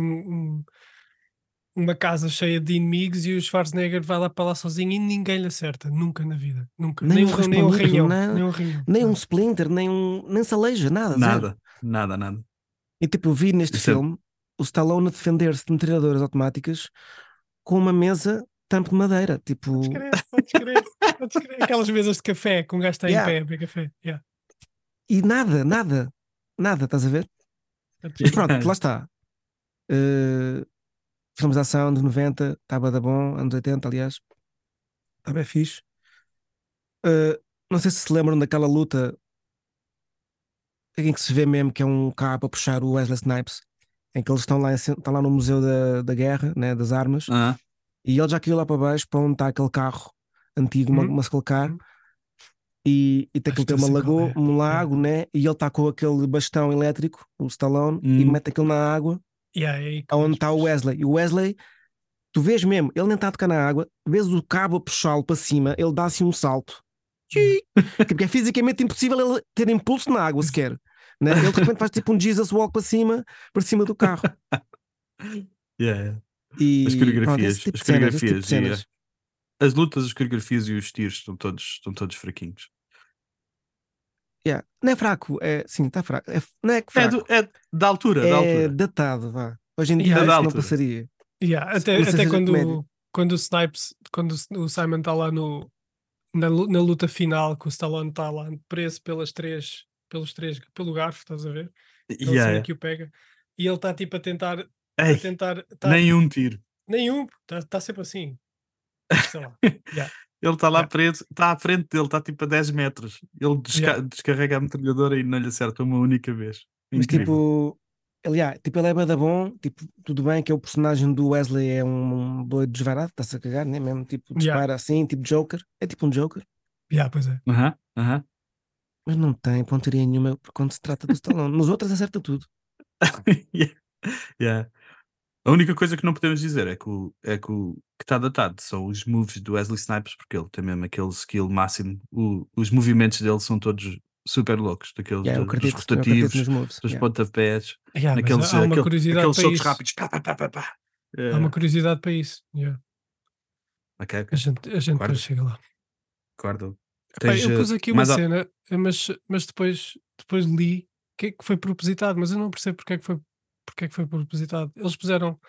E: uma casa cheia de inimigos e o Schwarzenegger vai lá para lá sozinho e ninguém lhe acerta, nunca na vida, nunca.
D: Nem um
E: nem um
D: raspanito,
E: ranhão,
D: nem
E: nem um ranhão.
D: um splinter, nem saleja, nada, zero.
A: Nada.
D: E tipo, eu vi neste
A: Isso é-
D: filme o Stallone a defender-se de metralhadoras automáticas com uma mesa tampo de madeira, tipo,
E: Podes crer. Aquelas mesas de café com um gajo está
D: Yeah.
E: em pé a beber café. Yeah.
D: e nada, estás a ver? Mas pronto, lá está. Filmes de ação de 90, estava da bom, anos 80, aliás, está bem fixe. Não sei se lembram daquela luta em que se vê mesmo que é um cabo a puxar o Wesley Snipes, em que eles estão lá no Museu da Guerra, né, das Armas,
A: Ah,
D: e ele já caiu lá para baixo para onde está aquele carro antigo, uma muscle car, e tem
E: Acho
D: que ter
E: que eu
D: uma
E: sei qual
D: lagoa,
E: é.
D: um lago, né? E ele está com aquele bastão elétrico, o Stallone, e mete aquilo na água,
E: Yeah, é aí que
D: onde
E: vais
D: está o
E: depois.
D: Wesley. E o Wesley, tu vês mesmo, ele nem está a tocar na água, vês o cabo a puxá-lo para cima, ele dá assim um salto. Porque é fisicamente impossível ele ter impulso na água sequer. né? Ele de repente faz tipo um Jesus Walk para cima do carro.
A: Yeah. As
D: E pronto,
A: coreografias,
D: esse tipo
A: as
D: de cenas, esse tipo
A: coreografias
D: de cenas.
A: as lutas, as coreografias e os tiros estão todos fraquinhos.
D: Yeah. Não é fraco, é, sim, está fraco. Não é que
A: É,
D: fraco,
A: é da altura, da
D: é
A: altura.
D: datado, vá. Hoje em
A: É
D: dia
E: Yeah,
A: da
D: isso não
A: altura.
D: passaria.
E: yeah.
D: A não ser
E: Até
D: seja comédia.
E: quando o Snipes, quando o Simon está lá na luta final, que o Stallone está lá preso pelo garfo, estás a ver? Aquela
A: Yeah,
E: cena
A: yeah.
E: que o pega. E ele está tipo a
A: Ei,
E: tentar,
A: nenhum tiro.
E: nenhum, está sempre assim, sei lá. Yeah,
A: Ele está lá
E: yeah,
A: preso, está à frente dele, está tipo a 10 metros. Ele
E: yeah.
A: descarrega a metralhadora e não lhe acerta uma única vez.
D: Mas
A: Incrível.
D: tipo, ele é bada bom, tipo, tudo bem que o personagem do Wesley é um doido desvarado, está-se a cagar, né? Mesmo tipo,
E: Yeah,
D: dispara assim, tipo Joker, é tipo um Joker,
E: yeah, pois é.
A: Aham, aham.
D: mas não tem pontaria nenhuma quando se trata do Stallone. Nos outros acerta tudo.
A: Yeah, yeah. A única coisa que não podemos dizer é que está datado são os moves do Wesley Snipes, porque ele tem mesmo aquele skill máximo. Os movimentos dele são todos super loucos, daqueles
D: Yeah,
A: dos
D: eu acredito
A: rotativos,
D: nos moves.
A: dos
D: Yeah.
A: pontapés,
E: Yeah, mas
A: naqueles,
E: há uma curiosidade
A: aqueles
E: para
A: socos
E: isso.
A: rápidos. Pá, pá, pá, pá, pá.
E: Há uma curiosidade para isso. Yeah.
A: Ok,
E: A
A: ok.
E: gente depois
A: Guarda,
E: chega lá.
A: guarda.
E: Epá,
A: Tens,
E: eu pus aqui uma
A: mais
E: cena, mas depois li que é que foi propositado, mas eu não percebo porque é que foi propositado. Eles puseram.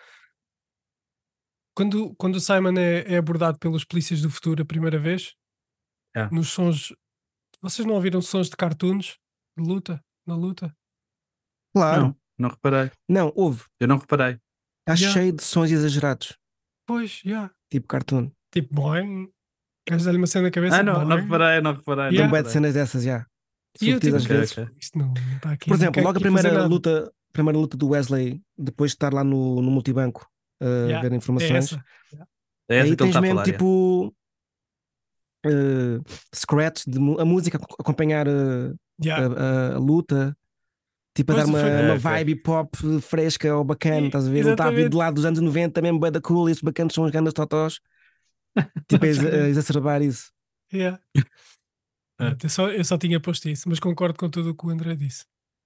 E: Quando o Simon é abordado pelos polícias do futuro a primeira vez,
A: Yeah.
E: nos sons. Vocês não ouviram sons de cartoons de luta? Na luta?
D: Claro,
A: Não reparei.
D: não, houve,
A: Eu não reparei.
D: está
E: Yeah.
D: cheio de sons exagerados,
E: Pois, yeah.
D: tipo cartoon.
E: Tipo, boing. Queres dar-lhe uma cena na cabeça?
A: Não
E: Boing.
A: reparei, não
E: Yeah.
D: Tem
A: reparei.
D: bué de cenas dessas já,
E: E eu
D: subtis
E: tipo,
D: às
A: Ok,
D: vezes.
A: ok.
E: isto não está aqui,
D: Por
E: não
D: exemplo,
E: quer
D: logo
E: aqui fazer nada.
D: primeira luta do Wesley, depois de estar lá no multibanco a
E: Yeah,
D: ver
E: é
D: informações,
E: essa. Yeah.
A: É essa
D: aí
A: que ele
D: tens
A: está a
D: mesmo
A: falar. Yeah.
D: tipo scratch, a música a acompanhar
E: Yeah.
D: a luta, tipo a dar
E: Pois foi.
D: uma
A: Ok.
D: vibe pop fresca ou bacana, estás a ver? Ele está a vir de
E: Exatamente.
D: lá dos anos 90, mesmo bué da cool, e estes bacanas são os grandes totós, tipo a exacerbar isso.
E: Yeah.
A: É.
E: Eu só tinha posto isso, mas concordo com tudo o que o André disse.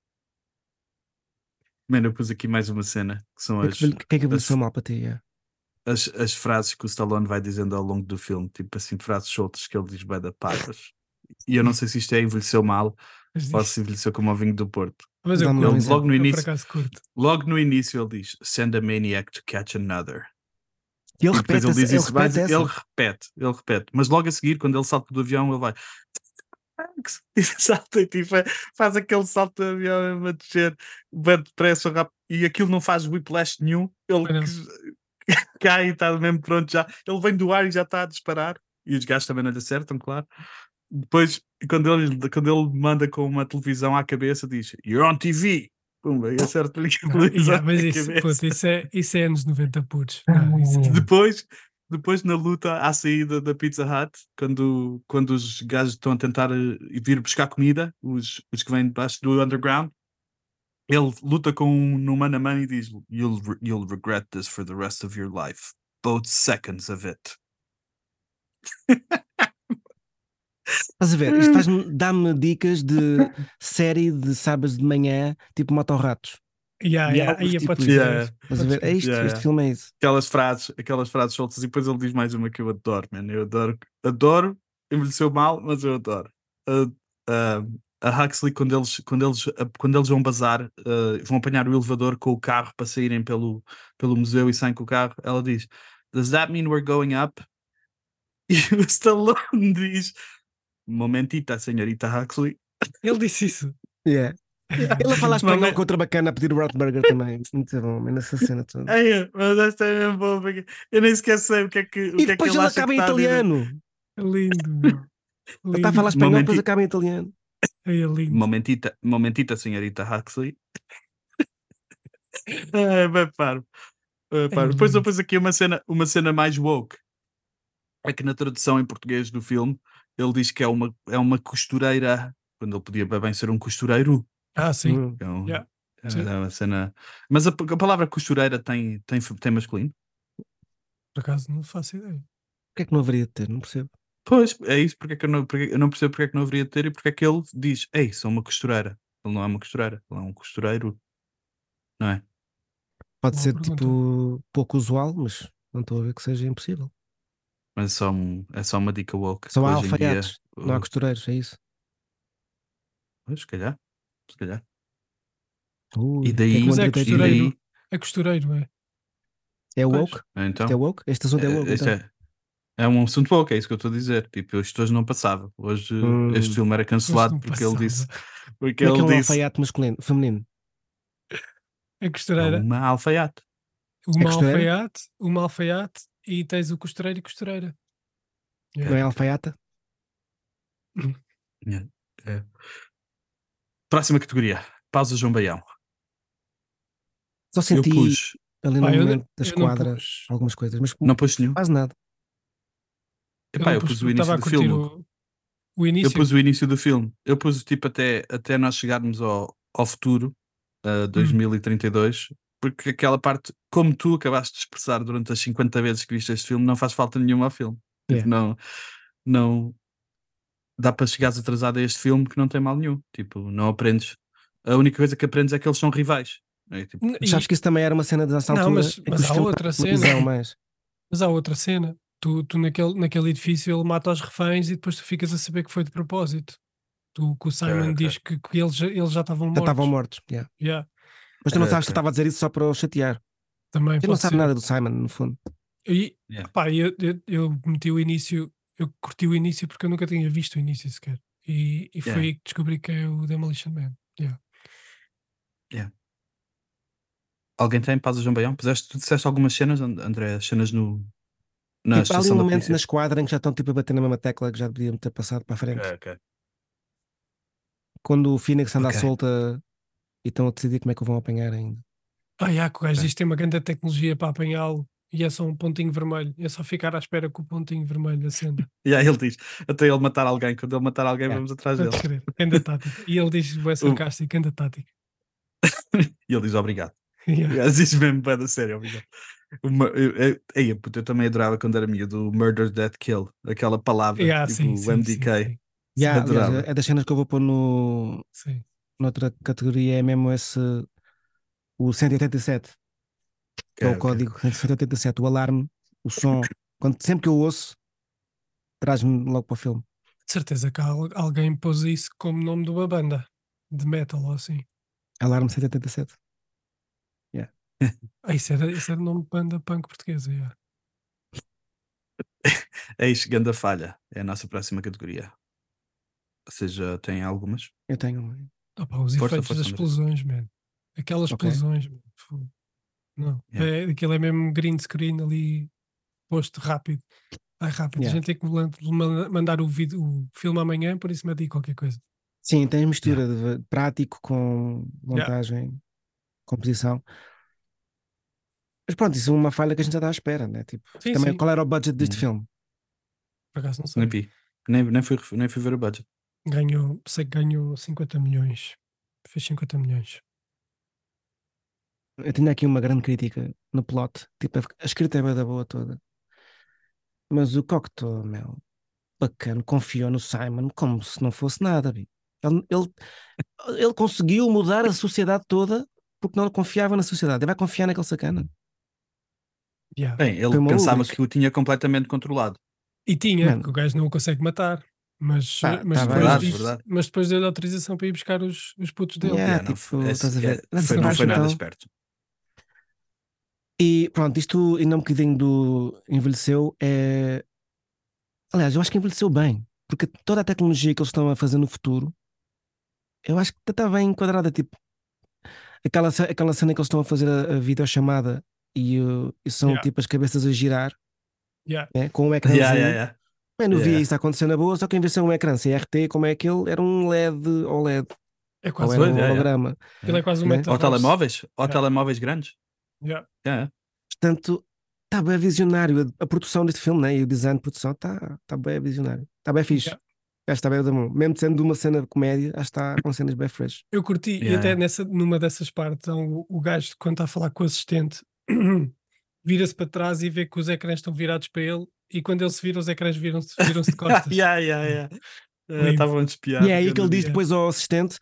A: Mano, eu pus aqui mais uma cena, que são
D: O que é que envelheceu mal para ti? Yeah.
A: as frases que o Stallone vai dizendo ao longo do filme, tipo assim, frases soltas que ele diz bem da parvas. E eu não sei se isto envelheceu mal
E: Mas,
A: ou se envelheceu como ao vinho do Porto.
E: mas eu
D: Dá-me lá um
E: curto.
D: exemplo.
A: Logo no
E: Eu por
A: início,
E: acaso curto.
A: ele diz: Send a maniac to catch another.
D: E ele
A: E depois
D: repete,
A: ele diz
D: ele
A: isso,
D: repete essa.
A: ele repete. Mas logo a seguir, quando ele salta do avião, ele vai. E salta e tipo, faz aquele salto do avião a descer, bem depressa, rápido, e aquilo não faz whiplash nenhum. Ele
E: Pois
A: cai e está mesmo pronto já. Ele vem do ar e já está a disparar. E os gajos também não lhe acertam, claro. Depois, quando ele manda com uma televisão à cabeça, diz You're on TV. Pumba, e acerta-lhe a televisão
E: mas
A: na
E: isso,
A: cabeça.
E: puto, isso é anos 90 putos. Não, isso é-
A: Depois na luta à saída da Pizza Hut, quando os gajos estão a tentar vir buscar comida, os que vêm debaixo do underground, ele luta com no mano a mano e diz you'll regret this for the rest of your life. Both seconds of it.
D: Estás a ver? Isto dá-me dicas de série de sábados de manhã, tipo Motorratos. Diálogos
E: Aí
D: tipo
E: podes
D: isso.
E: ver.
A: Yeah.
D: Estás a ver? É isto,
A: Yeah,
D: este
A: yeah.
D: filme é isso.
A: Aquelas frases soltas, e depois ele diz mais uma que eu adoro, man. Eu adoro, envelheceu mal, mas eu adoro. A Huxley, quando eles vão bazar, vão apanhar o elevador com o carro para saírem pelo museu e saem com o carro, ela diz: Does that mean we're going up? E o Stallone diz: Momentita, senhorita Huxley.
E: Ele disse isso.
D: Yeah. Ele a falar espanhol
A: Momen-
D: com outra bacana a pedir o Rotburger também. Muito bom, man, essa cena toda.
A: Mas esta é mesmo boa, porque eu nem sequer sei o que é que,
D: E depois
A: ele
D: ele
A: acha
D: acaba
A: que
D: em
A: está a dizer.
D: italiano.
E: É lindo, meu.
D: Ele está a falar
E: Lindo.
D: espanhol, depois acaba em italiano.
E: É lindo.
A: Momentita, senhorita Huxley. É, bem paro. Depois eu
E: lindo.
A: pus aqui uma cena mais woke. É que na tradução em português do filme, ele diz que é uma costureira, quando ele podia bem ser um costureiro.
E: Sim.
A: Então,
E: Yeah. Sim.
A: é uma cena. Mas a palavra costureira tem masculino?
E: Por acaso não faço ideia.
D: O que é que não haveria de ter? Não percebo.
A: Pois, é isso, porque é que eu não percebo porque é que não haveria de ter e porque é que ele diz: Ei, sou uma costureira. Ele não é uma costureira, ele é um costureiro, não é?
D: Pode
E: Boa
D: ser
E: pergunta.
D: tipo pouco usual, mas não estou a ver que seja impossível.
A: Mas é só uma dica woke
D: Só
A: que
D: há
A: hoje em dia.
D: alfaiates, não há costureiros, é isso?
A: Pois, se calhar. Se calhar.
D: Ui,
A: E
D: o que é que
A: daí,
D: o
E: Mas é
D: André tem de
A: e
D: dizer?
A: daí,
E: É costureiro, é.
D: É
A: pois,
D: woke? Isto é
A: então,
D: woke? Este assunto é woke,
A: isto
D: então.
A: é um assunto woke, é isso que eu estou a dizer. Tipo, isto hoje não passava. Hoje este
D: Hum.
A: filme era
E: Hoje
A: cancelado
E: não
A: porque ele disse,
E: passava.
A: porque
D: Como é que é
A: ele
D: um
A: disse,
D: alfaiate masculino, feminino?
E: A
A: é
E: costureira,
A: uma alfaiate.
D: É costureira?
E: uma alfaiate e tens o costureiro e costureira.
D: Não
E: Yeah.
D: é alfaiata?
A: É, é. Próxima categoria. Pausa João Baião.
D: Só
A: Eu
D: senti
A: pus,
D: ali no
E: Pá,
D: momento da
E: eu não
D: esquadra
E: pus.
D: algumas coisas, mas
A: não pus nenhum.
D: quase nada.
E: Eu
A: Epá,
E: não
A: eu
E: pus
A: pus o
E: porque
A: início
E: estava a
A: do
E: curtir
A: filme.
E: o
A: Eu
E: início.
A: pus o início do filme. Eu pus tipo até nós chegarmos ao futuro, a 2032, porque aquela parte, como tu acabaste de expressar durante as 50 vezes que viste este filme, não faz falta nenhuma ao filme.
D: Yeah.
A: Tipo, não dá para chegares atrasado a este filme que não tem mal nenhum. Tipo, não aprendes. A única coisa que aprendes é que eles são rivais. É, tipo,
D: Mas sabes que isso também era uma cena dessa
E: Não,
D: altura em que
E: mas
D: os
E: há
D: filmes
E: outra
D: de
E: cena.
D: televisão, mas
E: Mas há outra cena. Tu naquele edifício ele mata os reféns e depois tu ficas a saber que foi de propósito. Que o Simon
A: ok.
E: diz que eles já estavam
D: já estavam
E: mortos.
D: mortos. Yeah.
E: Yeah,
D: Mas tu não sabes que ele
A: Ok.
D: estava a dizer isso só para o chatear.
E: também
D: Ele não
E: pode
D: sabe
E: ser.
D: nada do Simon, no fundo.
E: E,
A: Yeah.
E: pá, eu meti o início, eu curti o início porque eu nunca tinha visto o início sequer. E foi
A: Yeah.
E: aí que descobri que é o Demolition Man. Yeah.
A: Yeah. Alguém tem pausa João Baião? Tu disseste algumas cenas, André, as cenas na
D: Tipo, há ali um
A: estação da
D: momento
A: polícia.
D: na esquadra em que já estão tipo, a bater na mesma tecla que já deviam ter passado para a frente.
A: Ok.
D: Quando o Phoenix anda à
A: Ok.
D: solta e estão a decidir como é que o vão apanhar ainda.
E: Yeah, que o gajo
A: Ok.
E: diz que tem uma grande tecnologia para apanhá-lo e é só um pontinho vermelho. É só ficar à espera que o pontinho vermelho acenda.
A: E aí ele diz, até ele matar alguém, quando ele matar alguém,
D: Yeah.
A: vamos atrás
E: Para
A: dele.
E: descrever. Ganda tática. E ele diz, é sarcástico, ganda tática.
A: E ele diz obrigado. O
E: Yeah.
A: gajo diz mesmo, bem da sério, obrigado. Eu também adorava quando era miúdo o Murder, Death, Kill, aquela palavra,
E: Yeah,
A: tipo
E: sim,
A: o
E: sim,
A: MDK.
E: sim,
D: Yeah, aliás,
A: Adorava.
D: é das cenas que eu vou pôr
E: sim.
D: noutra categoria, é mesmo esse, o 187, que é o
A: Ok.
D: código 187, o alarme, o som. Sempre que eu ouço, traz-me logo para o filme.
E: De certeza que alguém pôs isso como nome de uma banda de metal ou assim.
D: Alarme 187.
E: Isso era o nome de banda punk portuguesa. Yeah.
A: Eis, grande falha. É a nossa próxima categoria. Ou seja, tem algumas.
D: Eu tenho um.
E: Opa, os
A: Força,
E: efeitos das
A: André.
E: explosões, man. Aquelas
D: Ok.
E: explosões, man. Não,
A: Yeah.
E: aquilo é mesmo green screen ali posto rápido. Vai rápido. A
D: Yeah.
E: gente tem que mandar o filme amanhã, por isso mete aí qualquer coisa.
D: Sim, tem mistura de prático com montagem, composição. Mas pronto, isso é uma falha que a gente já está à espera, né? Tipo,
E: Sim,
D: também,
E: sim.
D: qual era o budget deste
A: Hum.
D: filme?
E: Por acaso não
A: Nem
E: sei.
A: vi. Nem fui ver o budget.
E: Sei que ganhou 50 milhões. Fez 50 milhões.
D: Eu tinha aqui uma grande crítica no plot. Tipo, a escrita é bué da boa toda. Mas o Cocteau, meu, bacana, confiou no Simon como se não fosse nada, bi. Ele conseguiu mudar a sociedade toda porque não confiava na sociedade. Ele vai confiar naquele sacana.
E: Yeah.
A: Bem, ele
D: Foi uma
A: pensava
D: ubris.
A: que o tinha completamente controlado.
E: E tinha,
D: Mano.
E: que o gajo não o consegue matar. Mas,
D: Pá,
E: mas,
D: tá
E: depois
D: bem,
E: disse, mas depois deu-lhe autorização para ir buscar os putos dele.
D: Yeah,
A: Não,
D: tipo, estás a ver?
A: não
D: Nessa
A: foi nada
D: então.
A: esperto.
D: E pronto, isto ainda um bocadinho do envelheceu é. Aliás, eu acho que envelheceu bem, porque toda a tecnologia que eles estão a fazer no futuro, eu acho que está bem enquadrada. Tipo, aquela cena que eles estão a fazer a videochamada e são
E: Yeah.
D: tipo as cabeças a girar,
E: Yeah.
D: né, com um ecrãzinho.
A: Yeah.
D: Mano, eu via
A: Yeah.
D: isso acontecer na boa, só que em vez de ser um ecrã CRT, como é aquele, era um LED OLED,
E: É
D: ou
E: quase
D: era
A: Pois,
D: um
A: é.
D: holograma.
E: Ele é quase um
D: Né?
A: Ou
E: metaverse.
A: telemóveis? Ou
E: Yeah.
A: telemóveis grandes?
E: Yeah.
A: Yeah.
D: Portanto, está bem visionário. A produção deste filme, né? E o design de produção está bem visionário. Está bem fixe.
E: Yeah.
D: Acho que está bem da mão. Mesmo sendo de uma cena de comédia, acho que está com cenas bem fresh.
E: Eu curti, e
A: Yeah.
E: até numa dessas partes, então, o gajo, quando está a falar com o assistente, vira-se para trás e vê que os ecrãs estão virados para ele, e quando ele se vira, os ecrãs viram-se de costas.
A: Yeah.
E: Lindo.
A: Estavam a despiar.
D: E é aí que ele diz
E: Yeah.
D: depois ao assistente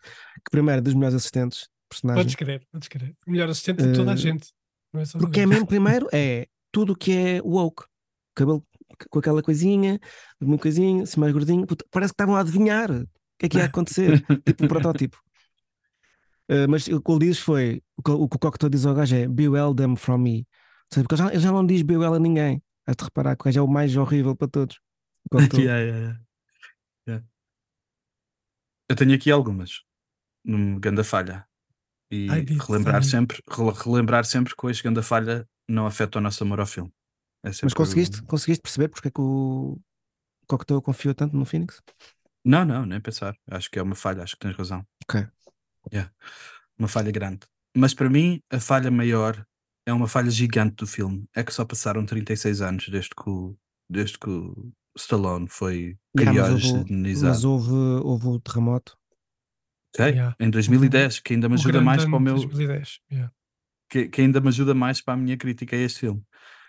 D: que primeiro é dos melhores assistentes de personagem.
E: Podes crer. O melhor assistente de toda a gente. Não é só do
D: Porque é
E: gajo.
D: mesmo, primeiro, é tudo o que é woke. Cabelo com aquela coisinha, uma coisinha, assim mais gordinho. Puta, parece que estavam a adivinhar o que ia acontecer. Tipo um protótipo. Mas o que ele diz foi: o que o Cocteau diz ao gajo é be well them from me. Ou seja, porque ele já não diz be well a ninguém. Has de reparar que o gajo é o mais horrível para todos. O Cocteau.
A: Yeah. Eu tenho aqui algumas. Ganda falha.
E: Ai,
A: E
E: dito,
A: relembrar
E: amigo.
A: sempre que hoje ganda falha não afeta o nosso amor ao filme. É
D: Mas
A: sempre
D: conseguiste perceber porque é que o Cocteau confiou tanto no Phoenix?
A: Não, nem pensar. Acho que é uma falha, acho que tens razão.
D: Ok.
A: Yeah. Uma falha grande. Mas para mim, a falha maior é uma falha gigante do filme. É que só passaram 36 anos desde que o Stallone foi
D: Yeah,
A: criogenizado.
D: houve o terremoto.
A: Ok?
E: Yeah.
A: Em 2010, que ainda me
E: O
A: ajuda
E: grande
A: mais
E: ano
A: para o
E: de
A: meu.
E: 2010. Yeah.
A: Que ainda me ajuda mais para a minha crítica a este filme.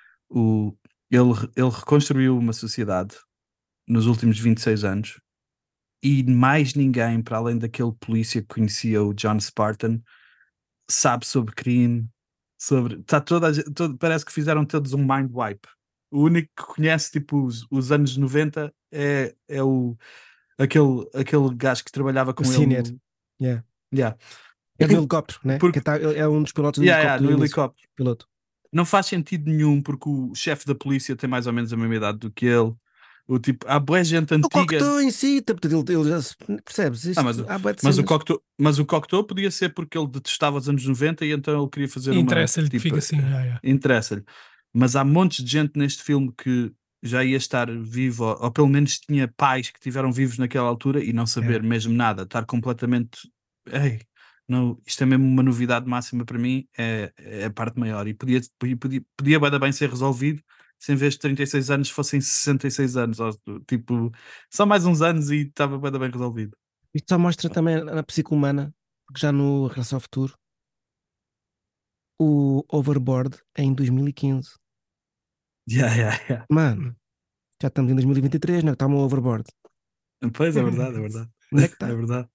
A: Ele reconstruiu uma sociedade nos últimos 26 anos e mais ninguém, para além daquele polícia que conhecia o John Spartan, sabe sobre crime, tá parece que fizeram todos um mind wipe. O único que conhece tipo os anos 90 é aquele gajo que trabalhava
D: O
A: com
D: Senior.
A: ele
D: Yeah.
A: Yeah.
D: É do helicóptero, né?
A: Porque,
D: Ele é um dos pilotos do
A: do
D: helicóptero. no início.
A: helicóptero.
D: Piloto.
A: Não faz sentido nenhum porque o chefe da polícia tem mais ou menos a mesma idade do que ele. O tipo, há boa gente
D: O
A: antiga.
D: Cocteau em si, portanto, ele já percebes? Isto, há bué de cenas.
A: Mas o Cocteau podia ser porque ele detestava os anos 90 e então ele queria fazer
E: Interessa-lhe que
A: tipo,
E: fica assim. Yeah.
A: interessa-lhe. Mas há montes de gente neste filme que já ia estar vivo, ou pelo menos tinha pais que tiveram vivos naquela altura e não saber mesmo nada, estar completamente. Ei, não, isto é mesmo uma novidade máxima para mim, é a parte maior. E podia bué da bem ser resolvido se em vez de 36 anos fossem 66 anos, ou, tipo, só mais uns anos e estava bué da bem resolvido.
D: Isto só mostra também a psique humana, porque já no Regresso ao Futuro, o Overboard é em 2015.
A: Yeah.
D: Mano, já estamos em 2023, não é? Está o meu Overboard.
A: Pois, é verdade.
D: Onde é que está?
A: É verdade.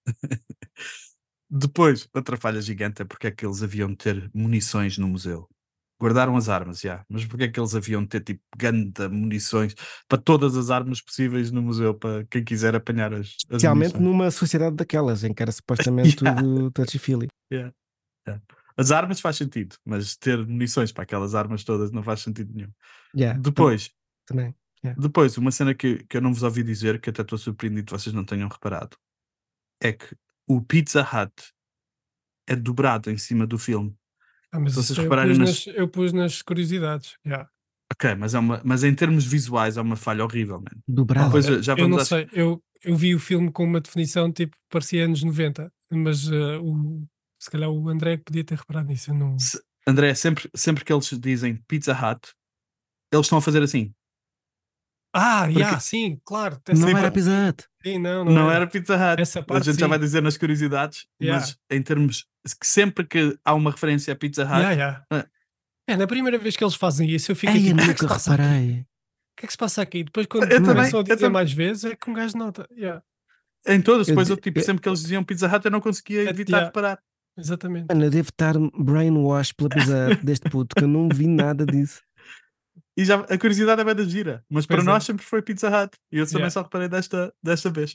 A: Depois, outra falha gigante é porque é que eles haviam de ter munições no museu. Guardaram as armas, já. Mas porque é que eles haviam de ter tipo ganda munições para todas as armas possíveis no museu para quem quiser apanhar as
D: Especialmente
A: munições?
D: numa sociedade daquelas, em que era supostamente tudo touchy-feely.
A: Yeah. As armas faz sentido, mas ter munições para aquelas armas todas não faz sentido nenhum.
D: Yeah,
A: Depois,
D: também.
A: depois, uma cena que eu não vos ouvi dizer, que até estou surpreendido que vocês não tenham reparado, é que o Pizza Hut é dobrado em cima do filme.
E: Mas
A: Se
E: isso
A: vocês
E: eu
A: repararem
E: eu pus nas curiosidades. Yeah.
A: Ok, mas em termos visuais é uma falha horrível, man.
D: Dobrado.
A: Depois
E: Olha,
A: já
E: eu
A: vamos
E: não
A: às-
E: sei, eu vi o filme com uma definição tipo, parecia anos 90, mas se calhar o André podia ter reparado nisso. Eu não...
A: André, sempre que eles dizem Pizza Hut, eles estão a fazer assim. Porque
E: sim, claro.
D: Não era Pizza Hut.
E: Sim, não
A: não era Pizza Hut.
E: Essa
A: A
E: parte
A: gente já
E: sim.
A: vai dizer nas curiosidades,
E: Yeah.
A: mas em termos sempre que há uma referência a Pizza Hut,
E: Yeah. Na primeira vez que eles fazem isso, eu fico
D: Ei,
E: tipo,
D: eu
E: o que é que se
D: nunca
E: passa aqui?
D: reparei.
E: O que é que se passa aqui? Depois, quando
A: Eu também,
E: começam a
A: eu
E: dizer
A: também.
E: mais vezes, é que um gajo nota. Yeah.
A: em todas, depois
D: Eu-
A: tipo, sempre que eles diziam Pizza Hut eu não conseguia evitar
E: Yeah.
A: reparar.
E: Exatamente.
D: Mano, eu devo estar brainwash pela Pizza Hut deste puto, que eu não vi nada disso.
A: E já a curiosidade é bem da gira, mas
E: Pois
A: para
E: é.
A: nós sempre foi Pizza Hut. E eu também
E: Yeah.
A: só reparei desta vez.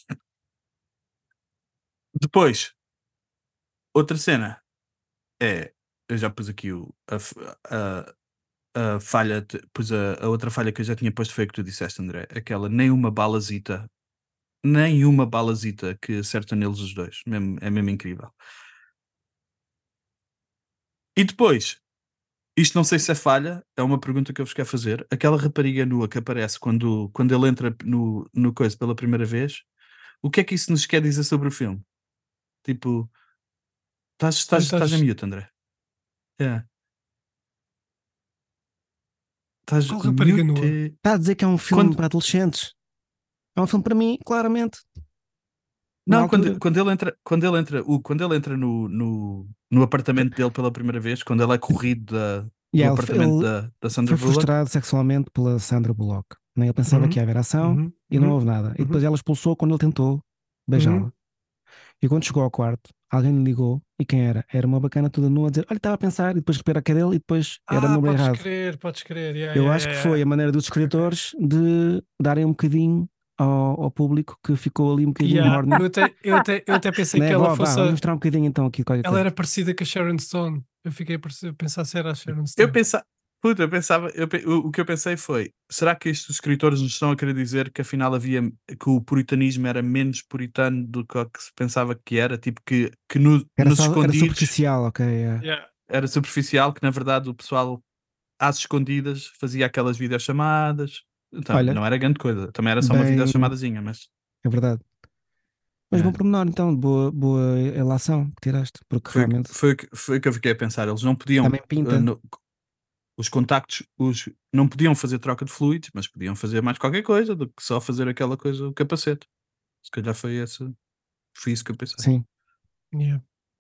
A: Depois, outra cena é. Eu já pus aqui a falha, pus a outra falha que eu já tinha posto foi a que tu disseste, André. Aquela nenhuma balazita que acerta neles os dois. É mesmo incrível. E depois, isto não sei se é falha, é uma pergunta que eu vos quero fazer. Aquela rapariga nua que aparece quando ele entra no coisa pela primeira vez, o que é que isso nos quer dizer sobre o filme? Tipo, estás em mute, André. É. Estás
E: Qual rapariga nua?
A: mute.
D: Está a dizer que é um filme
A: Quando-
D: para adolescentes. É um filme para mim, claramente. Na
A: Não,
D: altura.
A: quando ele entra no apartamento dele pela primeira vez, quando ele é corrido do
D: Yeah,
A: apartamento
D: ele
A: da Sandra
D: foi
A: Bullock.
D: frustrado sexualmente pela Sandra Bullock. Nem ele pensava
E: Uhum.
D: que ia haver ação
E: Uhum.
D: e não
E: Uhum.
D: houve nada. E
E: Uhum.
D: depois ela expulsou quando ele tentou beijá-la. E quando chegou ao quarto, alguém lhe ligou. E quem era? Era uma bacana toda nua a dizer: Olha, estava a pensar. E depois repara que é dele. E depois era o número errado.
E: Podes crer. Yeah,
D: Eu
E: yeah,
D: acho que
E: yeah,
D: foi a
E: yeah.
D: maneira dos escritores de darem um bocadinho ao público que ficou ali um bocadinho
E: Yeah,
D: horny.
E: eu até pensei
D: Né?
E: que ela
D: Vamos
E: fosse.
D: mostrar um bocadinho então aqui qualquer
E: Ela
D: coisa.
E: era parecida com a Sharon Stone. Eu fiquei a pensar se era a Sharon
A: Eu
E: Stone.
A: pensava, puta, o que eu pensei foi: será que estes escritores nos estão a querer dizer que afinal que o puritanismo era menos puritano do que o que se pensava que era? Tipo, que
D: Era,
A: nos
D: só, era
A: escondidos
D: superficial, ok. Yeah.
E: Yeah.
A: era superficial, que na verdade o pessoal às escondidas fazia aquelas videochamadas. Então,
D: Olha,
A: não era grande coisa, também era só uma
D: bem,
A: videochamadazinha, mas
D: é verdade. Mas bom
A: é.
D: pormenor, então, boa relação que tiraste, porque realmente
A: Foi o que eu fiquei a pensar. Eles não podiam,
D: também pinta.
A: os contactos, não podiam fazer troca de fluidos, mas podiam fazer mais qualquer coisa do que só fazer aquela coisa, o capacete. Se calhar foi isso que eu pensei.
D: Sim.
E: Yeah.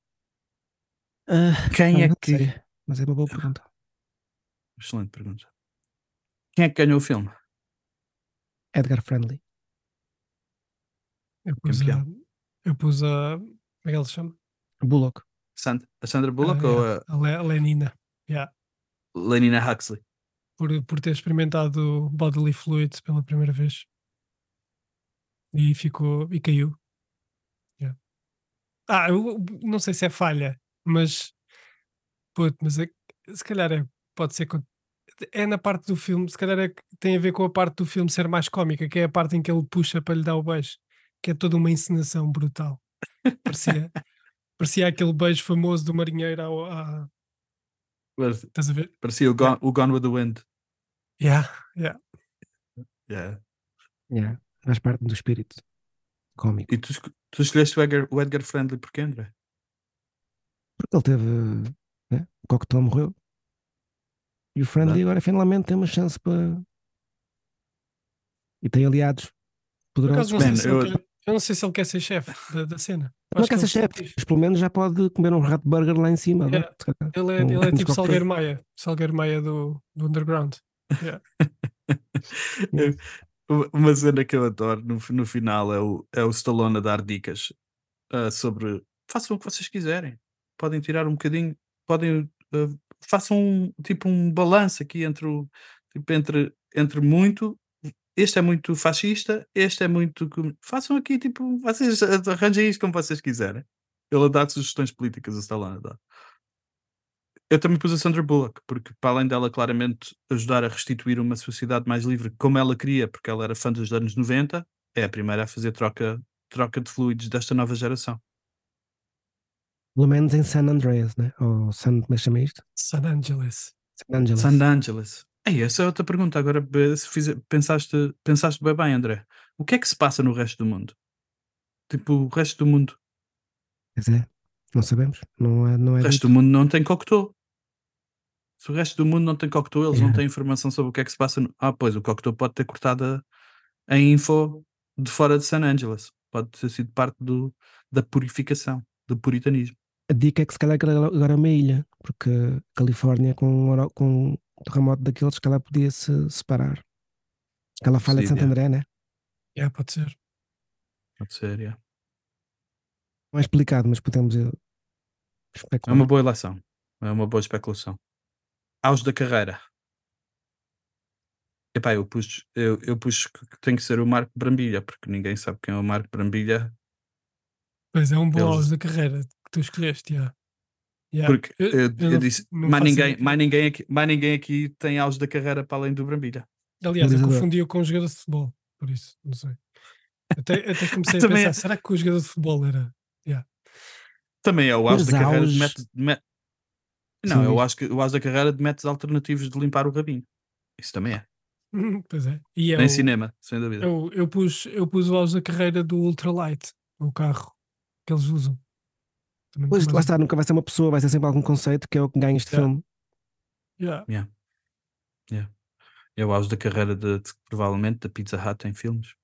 A: Quem
D: Olha,
A: é
D: não
A: que.
D: sei, mas é uma boa pergunta.
A: Excelente pergunta. Quem é que ganhou o filme?
D: Edgar Friendly.
E: Eu
A: O
E: pus
A: campeão.
E: como é que ele se chama?
D: Bullock.
A: A Sandra Bullock ou
E: Yeah,
A: a
E: a Lenina. Yeah.
A: Lenina Huxley?
E: Por ter experimentado bodily fluids pela primeira vez. E caiu. Yeah. Eu não sei se é falha, mas, se calhar pode ser. É na parte do filme, se calhar tem a ver com a parte do filme ser mais cómica, que é a parte em que ele puxa para lhe dar o beijo, que é toda uma encenação brutal. Parecia, parecia aquele beijo famoso do marinheiro estás a ver?
A: Parecia o Gone with the Wind.
E: Yeah, yeah.
A: Yeah.
D: Yeah. Faz parte do espírito cómico.
A: E tu escolheste o Edgar Friendly porquê, André?
D: Porque ele teve. Né? O Cocteau morreu. E o Friendly
A: Verdade.
D: agora finalmente tem uma chance para. E tem aliados
E: Por acaso
D: poderosos.
E: não sei
A: Man,
E: se ele quer, eu não sei se ele quer ser chefe da cena. Eu
D: Não
E: acho que
D: quer ser
E: ele só
D: chefe,
E: diz.
D: mas pelo menos já pode comer um rat burger lá em cima.
E: Yeah.
D: Se calhar.
E: Ele é
D: Um
E: tipo
D: cocktail.
E: Salgueiro Maia do Underground. Yeah.
A: Uma cena que eu adoro no final é o Stallone a dar dicas sobre façam o que vocês quiserem. Podem tirar um bocadinho, façam tipo um balanço aqui entre muito. Este é muito fascista, este é muito. Façam aqui, tipo, vocês arranjem isto como vocês quiserem. Ele dá sugestões políticas, o Stallone dá. Eu também pus a Sandra Bullock, porque para além dela claramente ajudar a restituir uma sociedade mais livre como ela queria, porque ela era fã dos anos 90, é a primeira a fazer troca de fluidos desta nova geração.
D: Pelo menos em San Andreas, né? Ou San. Como é que chama isto?
E: San Angeles.
D: San Angeles.
A: San Angeles. Essa é outra pergunta. Agora, pensaste bem, André. O que é que se passa no resto do mundo? Tipo, o resto do mundo.
D: Pois é, não sabemos. Não é
A: O resto
D: dito.
A: do mundo não tem Cocteau. Se o resto do mundo não tem Cocteau, eles não
D: Yeah.
A: têm informação sobre o que é que se passa. Pois, o Cocteau pode ter cortado a info de fora de San Angeles. Pode ter sido parte da purificação, do puritanismo.
D: A dica é que se calhar agora é uma ilha, porque Califórnia com um terremoto daqueles, se calhar podia se separar. Aquela falha de Santo André, né?
E: Yeah, pode ser.
A: Pode ser, yeah.
D: Não é explicado, mas podemos
A: É
D: especular.
A: uma boa eleição. É uma boa especulação. Auge da carreira. Epá, eu pus que tem que ser o Marco Brambilha, porque ninguém sabe quem é o Marco Brambilha.
E: Pois é, um bom
A: Eles-
E: auge da carreira que tu escolheste. Yeah. Yeah.
A: Porque eu disse,
E: não
A: mais
E: faço
A: ninguém,
E: ideia.
A: mais ninguém aqui tem auge da carreira para além do Brambilha.
E: Aliás, eu
D: Realizador.
E: confundi-o com um jogador de futebol, por isso, não sei. Até comecei a
A: Também
E: pensar, será que o jogador de futebol era? Yeah.
A: Também é o auge
D: Mas
A: da carreira
D: auge-
A: de métodos. Não,
D: Sim,
A: eu
D: diz.
A: acho que o auge da carreira de métodos alternativos de limpar o rabinho. Isso também é.
E: Pois é. E
A: Nem cinema, sem dúvida.
E: eu pus o auge da carreira do Ultralight, o carro que eles usam. Também
D: Pois,
E: tem
D: lá
E: mais
D: está, nunca vai ser uma pessoa, vai ser sempre algum conceito que é o que ganha este
E: Yeah.
D: filme.
E: Yeah.
A: É o auge da carreira provavelmente da Pizza Hut em filmes.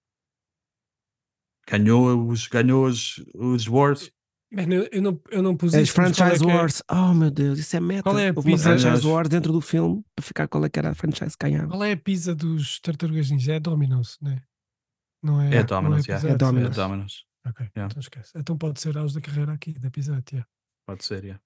A: Ganhou os Wars.
E: Man, eu não pus
D: As
E: isso, mas qual é
D: Franchise
E: que é?
D: Wars. Oh meu Deus, isso é meta.
E: Qual é a
D: Houve uma
E: pizza?
D: Franchise Wars dentro do filme para ficar qual é que era a franchise que ganhava.
E: Qual é a pizza dos Tartarugas Ninja? É Domino's, né? Não é?
A: É Domino's,
E: não é
A: yeah.
E: Pizza
D: É
E: Hut,
D: Domino's.
A: É Domino's.
E: Ok,
A: Yeah.
E: então esquece. Então pode ser aos da carreira aqui, da Pizza Hut, yeah.
A: Pode ser, yeah.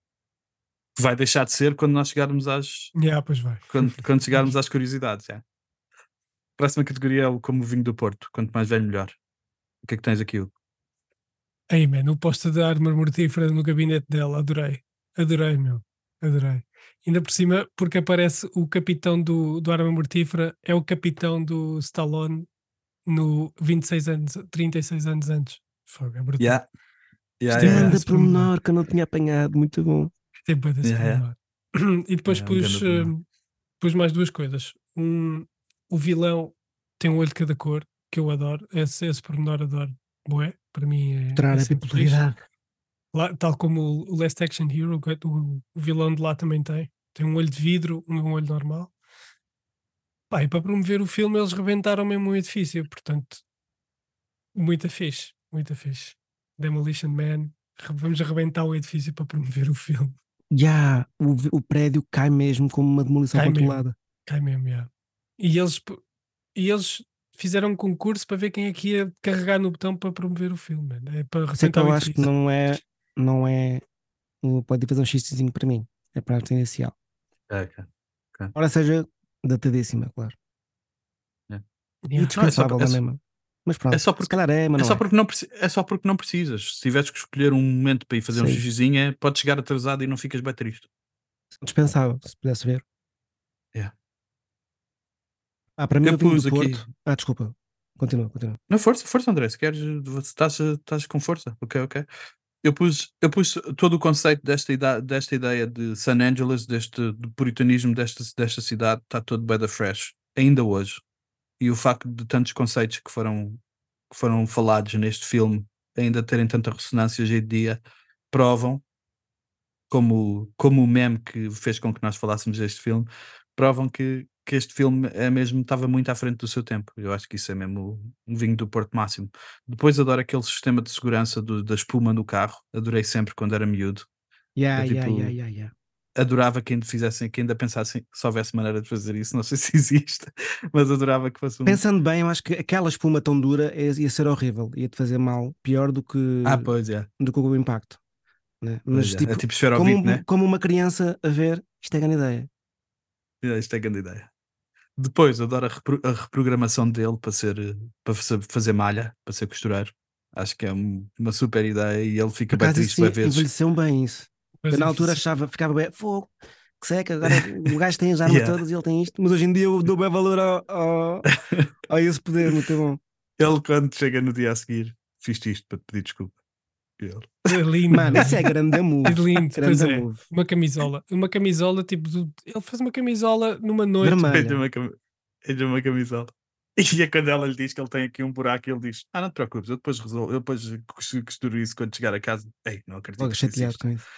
A: Vai deixar de ser quando nós chegarmos
E: Pois vai.
A: quando chegarmos às curiosidades. Yeah. Próxima categoria é o como o vinho do Porto. Quanto mais velho, melhor. O que é que tens aqui, Hugo?
E: Ei, man, o posto de arma mortífera no gabinete dela, adorei. Adorei, meu. Adorei. Ainda por cima, porque aparece o capitão do arma mortífera, é o capitão do Stallone no 26 anos, 36 anos antes. Fogo, é brutal.
A: Yeah.
E: Gostei bué
D: Grande
E: desse pormenor.
D: pormenor que eu não tinha apanhado, muito bom.
E: Gostei bué desse
A: Yeah,
E: pormenor. E depois
A: É um grande pormenor.
E: pus mais duas coisas. O vilão tem um olho de cada cor, que eu adoro. Esse pormenor adoro. Bué, para mim
D: Mostrar
E: é
D: a
E: sempre fixe.
D: bipolaridade.
E: Lá, tal como o Last Action Hero, o vilão de lá também tem. Tem um olho de vidro, um olho normal. Pá, e para promover o filme eles rebentaram mesmo um edifício, portanto, muito fixe, muito fixe. Demolition Man, vamos arrebentar o edifício para promover o filme.
D: Já, o prédio cai mesmo como uma demolição
E: Cai mesmo.
D: controlada.
E: Cai mesmo, yeah. E eles fizeram um concurso para ver quem é que ia carregar no botão para promover o filme. Man. É para
D: Sei que
E: arrebentar
D: eu
E: o
D: acho que
E: edifício.
D: não é pode fazer um xizinho para mim. É para a arte inicial.
A: Ok.
D: Ora seja datadíssima, claro.
A: Yeah.
D: E
E: Yeah.
D: dispensável
A: Não, é
D: na
A: só-
D: mesma. Mas pronto,
A: É só
D: se
A: porque,
D: calhar é, mas
A: é
D: não
A: só
D: é.
A: porque não, é só porque não precisas. Se tiveres que escolher um momento para ir fazer um
D: Sim.
A: xixizinho, podes chegar atrasado e não ficas bem triste.
D: Dispensável, se pudesse ver.
A: Yeah.
D: Para mim
A: Eu
D: o vinho
A: pus
D: do
A: aqui.
D: Porto. Desculpa. Continua.
A: Não, força, André. Se queres, estás com força. Ok. Eu pus todo o conceito desta ideia de San Angeles, do puritanismo desta cidade, está todo bem da fresh, ainda hoje. E o facto de tantos conceitos que foram falados neste filme ainda terem tanta ressonância hoje em dia, provam, como o meme que fez com que nós falássemos deste filme, provam que este filme estava muito à frente do seu tempo. Eu acho que isso é mesmo um vinho do Porto máximo. Depois adoro aquele sistema de segurança da espuma no carro, adorei sempre quando era miúdo.
D: Yeah.
A: Adorava que ainda pensassem se houvesse maneira de fazer isso, não sei se existe, mas adorava que fosse
D: Pensando bem, eu acho que aquela espuma tão dura ia ser horrível, ia-te fazer mal, pior do que
A: pois é.
D: do que o impacto. Né? Mas
A: Pois é.
D: tipo,
A: É tipo esferovite, né?
D: como uma criança a ver, isto é grande ideia.
A: Isto é grande ideia. Depois adoro a reprogramação dele para fazer malha, para ser costureiro. Acho que é uma super ideia e ele fica
D: Por
A: bem
D: acaso isso
A: triste bem vezes.
D: envelheceu bem isso.
E: Mas
D: Eu na
E: é
D: altura
E: difícil.
D: ficava bem, fogo, que seca, agora o gajo tem as armas
A: Yeah.
D: todas e ele tem isto, mas hoje em dia eu dou bem valor a esse poder, muito bom.
A: Ele quando chega no dia a seguir, fiz isto para te pedir desculpa. E ele,
E: É lindo.
D: Mano, isso é grande move.
E: É lindo, pois
D: Grande
E: é.
D: move.
E: Uma camisola tipo ele fez uma camisola numa noite.
D: Vermelha.
A: Fez uma camisola. E é quando ela lhe diz que ele tem aqui um buraco, ele diz: não te preocupes, eu depois resolvo, eu depois costuro isso quando chegar a casa. Ei, não acredito
D: Logo
A: que fiz
D: chateado
A: isto.
D: com isso.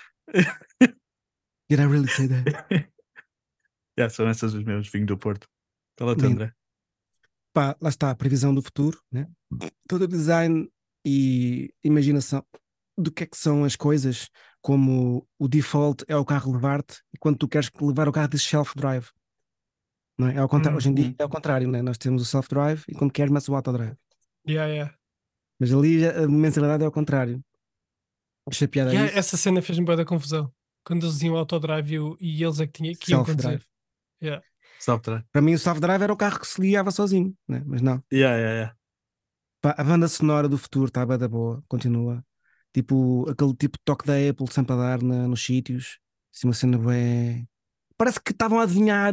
D: Did I really say that?
A: São essas os meus vinhos do Porto. Qual é o teu,
D: Lindo.
A: André?
D: Pá, lá está a previsão do futuro, né? Todo o design e imaginação do que é que são as coisas, como o default é o carro levar-te e quando tu queres levar o carro diz self-drive. Não é? Hoje em dia é ao contrário, né? Nós temos o self-drive e quando queres metes o auto-drive.
E: Yeah.
D: Mas ali a mensalidade é ao contrário. Achei piada a isso.
E: Essa cena fez-me bué da confusão. Quando eles diziam autodrive e eles é que iam conduzir.
D: Self-drive.
E: Yeah.
A: Self-drive.
D: Para mim o self-drive era o carro que se ligava sozinho, né? Mas não.
A: Yeah.
D: Pá, a banda sonora do futuro está bem da boa, continua. Tipo, aquele tipo de toque da Apple sempre a dar nos sítios. Assim, uma cena bué. Parece que estavam a adivinhar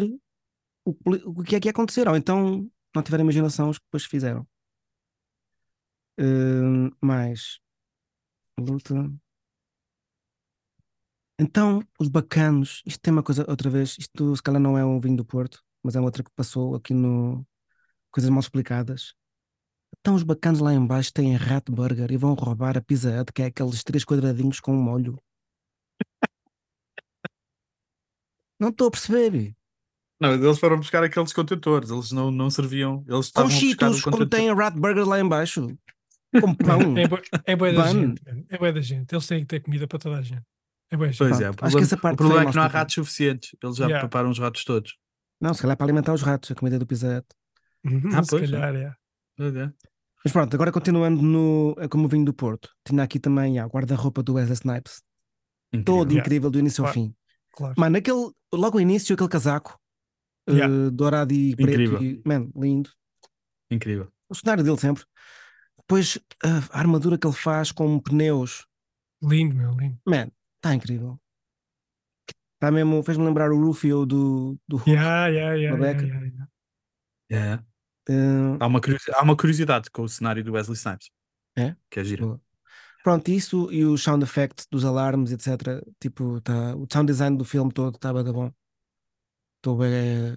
D: o que é que ia acontecer, ou então não tiveram imaginação os que depois fizeram. Mais luta. Então, os bacanos, isto tem uma coisa, outra vez, isto se calhar não é um vinho do Porto, mas é outra que passou aqui no Coisas Mal Explicadas. Então, os bacanos lá em baixo têm Rat Burger e vão roubar a Pizza Hut, que é aqueles 3 quadradinhos com um molho. Não estou a perceber.
A: Não, eles foram buscar aqueles contentores, eles não serviam, eles
D: Com
A: estavam a buscar o
D: cheetos, como
A: contentor.
D: tem a Rat Burger lá em baixo. Com pão.
E: É bué da
D: Bun.
E: gente, man. É bué da gente. Eles têm que ter comida para toda a gente. É bué gente.
A: Pois
D: Pronto,
A: é,
D: acho que essa parte
A: o problema
D: foi
A: é que não há
D: mal
A: ratos suficientes, eles já
E: Yeah.
A: paparam os ratos todos.
D: Não, se calhar para alimentar os ratos, a comida do Pizza Hut.
E: Se
A: pois,
E: calhar, é.
A: Pois é.
D: Mas pronto, agora continuando no como vinho do Porto, tinha aqui também o guarda-roupa do Wesley Snipes, todo
A: Incrível.
D: incrível do início ao
E: Claro.
D: fim.
E: Claro.
D: Mano, logo ao início, aquele casaco dourado e preto,
A: Incrível.
D: lindo.
A: Incrível.
D: O cenário dele sempre. Depois a armadura que ele faz com pneus,
E: Lindo, meu, lindo.
D: está incrível. Está mesmo, fez-me lembrar o Rufio do Hulk, da Beca.
A: É.
D: Eh,
A: Há uma curiosidade com o cenário do Wesley Snipes,
D: é?
A: que é gira.
D: Boa. Pronto, isso e o sound effect dos alarmes, etc. Tipo, o sound design do filme todo estava bom. Estou bem,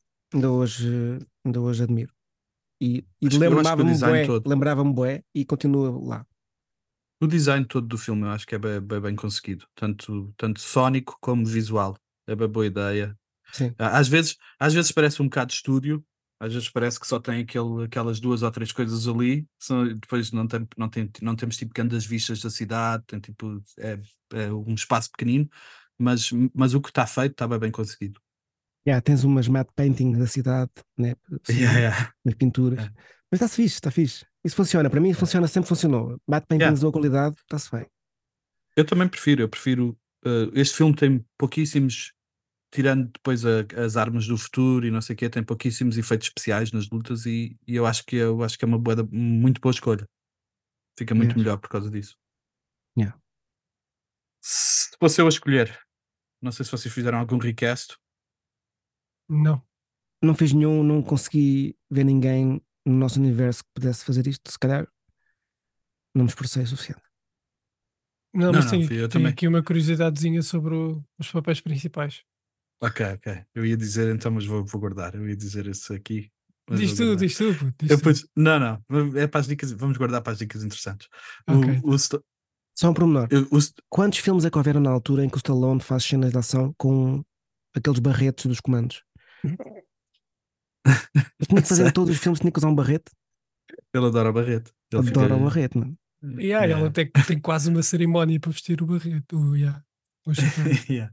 D: ainda hoje admiro. E
A: Eu acho que o design todo,
D: lembrava-me bué e continua lá.
A: o design todo do filme eu acho que é bem conseguido, tanto sónico como visual. É bem boa ideia.
D: Sim.
A: Às vezes parece um bocado de estúdio, às vezes parece que só tem aquelas 2 ou 3 coisas ali, depois não temos tipo grandes vistas da cidade, tem tipo é um espaço pequenino, mas o que está feito está bem conseguido.
D: Tens umas matte paintings da cidade, né? Assim,
A: Yeah.
D: nas pinturas.
A: Yeah.
D: Mas está-se fixe, está fixe. Isso funciona, para mim funciona, sempre funcionou. Matte paintings de boa qualidade, está-se bem.
A: Eu também prefiro. Este filme tem pouquíssimos, tirando depois as armas do futuro e não sei o quê, tem pouquíssimos efeitos especiais nas lutas e eu acho que é uma muito boa escolha. Fica muito
D: Yes.
A: melhor por causa disso.
D: Yeah.
A: Se fosse eu a escolher, não sei se vocês fizeram algum recast.
E: Não.
D: Não fiz nenhum, não consegui ver ninguém no nosso universo que pudesse fazer isto. Se calhar não me esforcei o suficiente.
E: Não,
A: Não,
E: mas
A: não, fui eu
E: tenho
A: também.
E: aqui uma curiosidadezinha sobre os papéis principais.
A: Ok. Eu ia dizer então, mas vou guardar. Eu ia dizer esse aqui. Mas vou guardar.
E: Diz tu, puto, diz
A: Eu
E: tu.
A: depois, não, é para as dicas, vamos guardar para as dicas interessantes.
E: Ok.
D: Só um pormenor.
A: o-
D: Quantos filmes é que houveram na altura em que o Stallone faz cenas de ação com aqueles barretes dos comandos? Ele tinha que fazer em todos os filmes, tinha que usar um barrete.
A: Ele adora Barreto. Ele
D: Adoro o
A: fica.
D: barrete, mano.
E: Ela até tem quase uma cerimónia para vestir o barreto. O chapéu.
A: Yeah.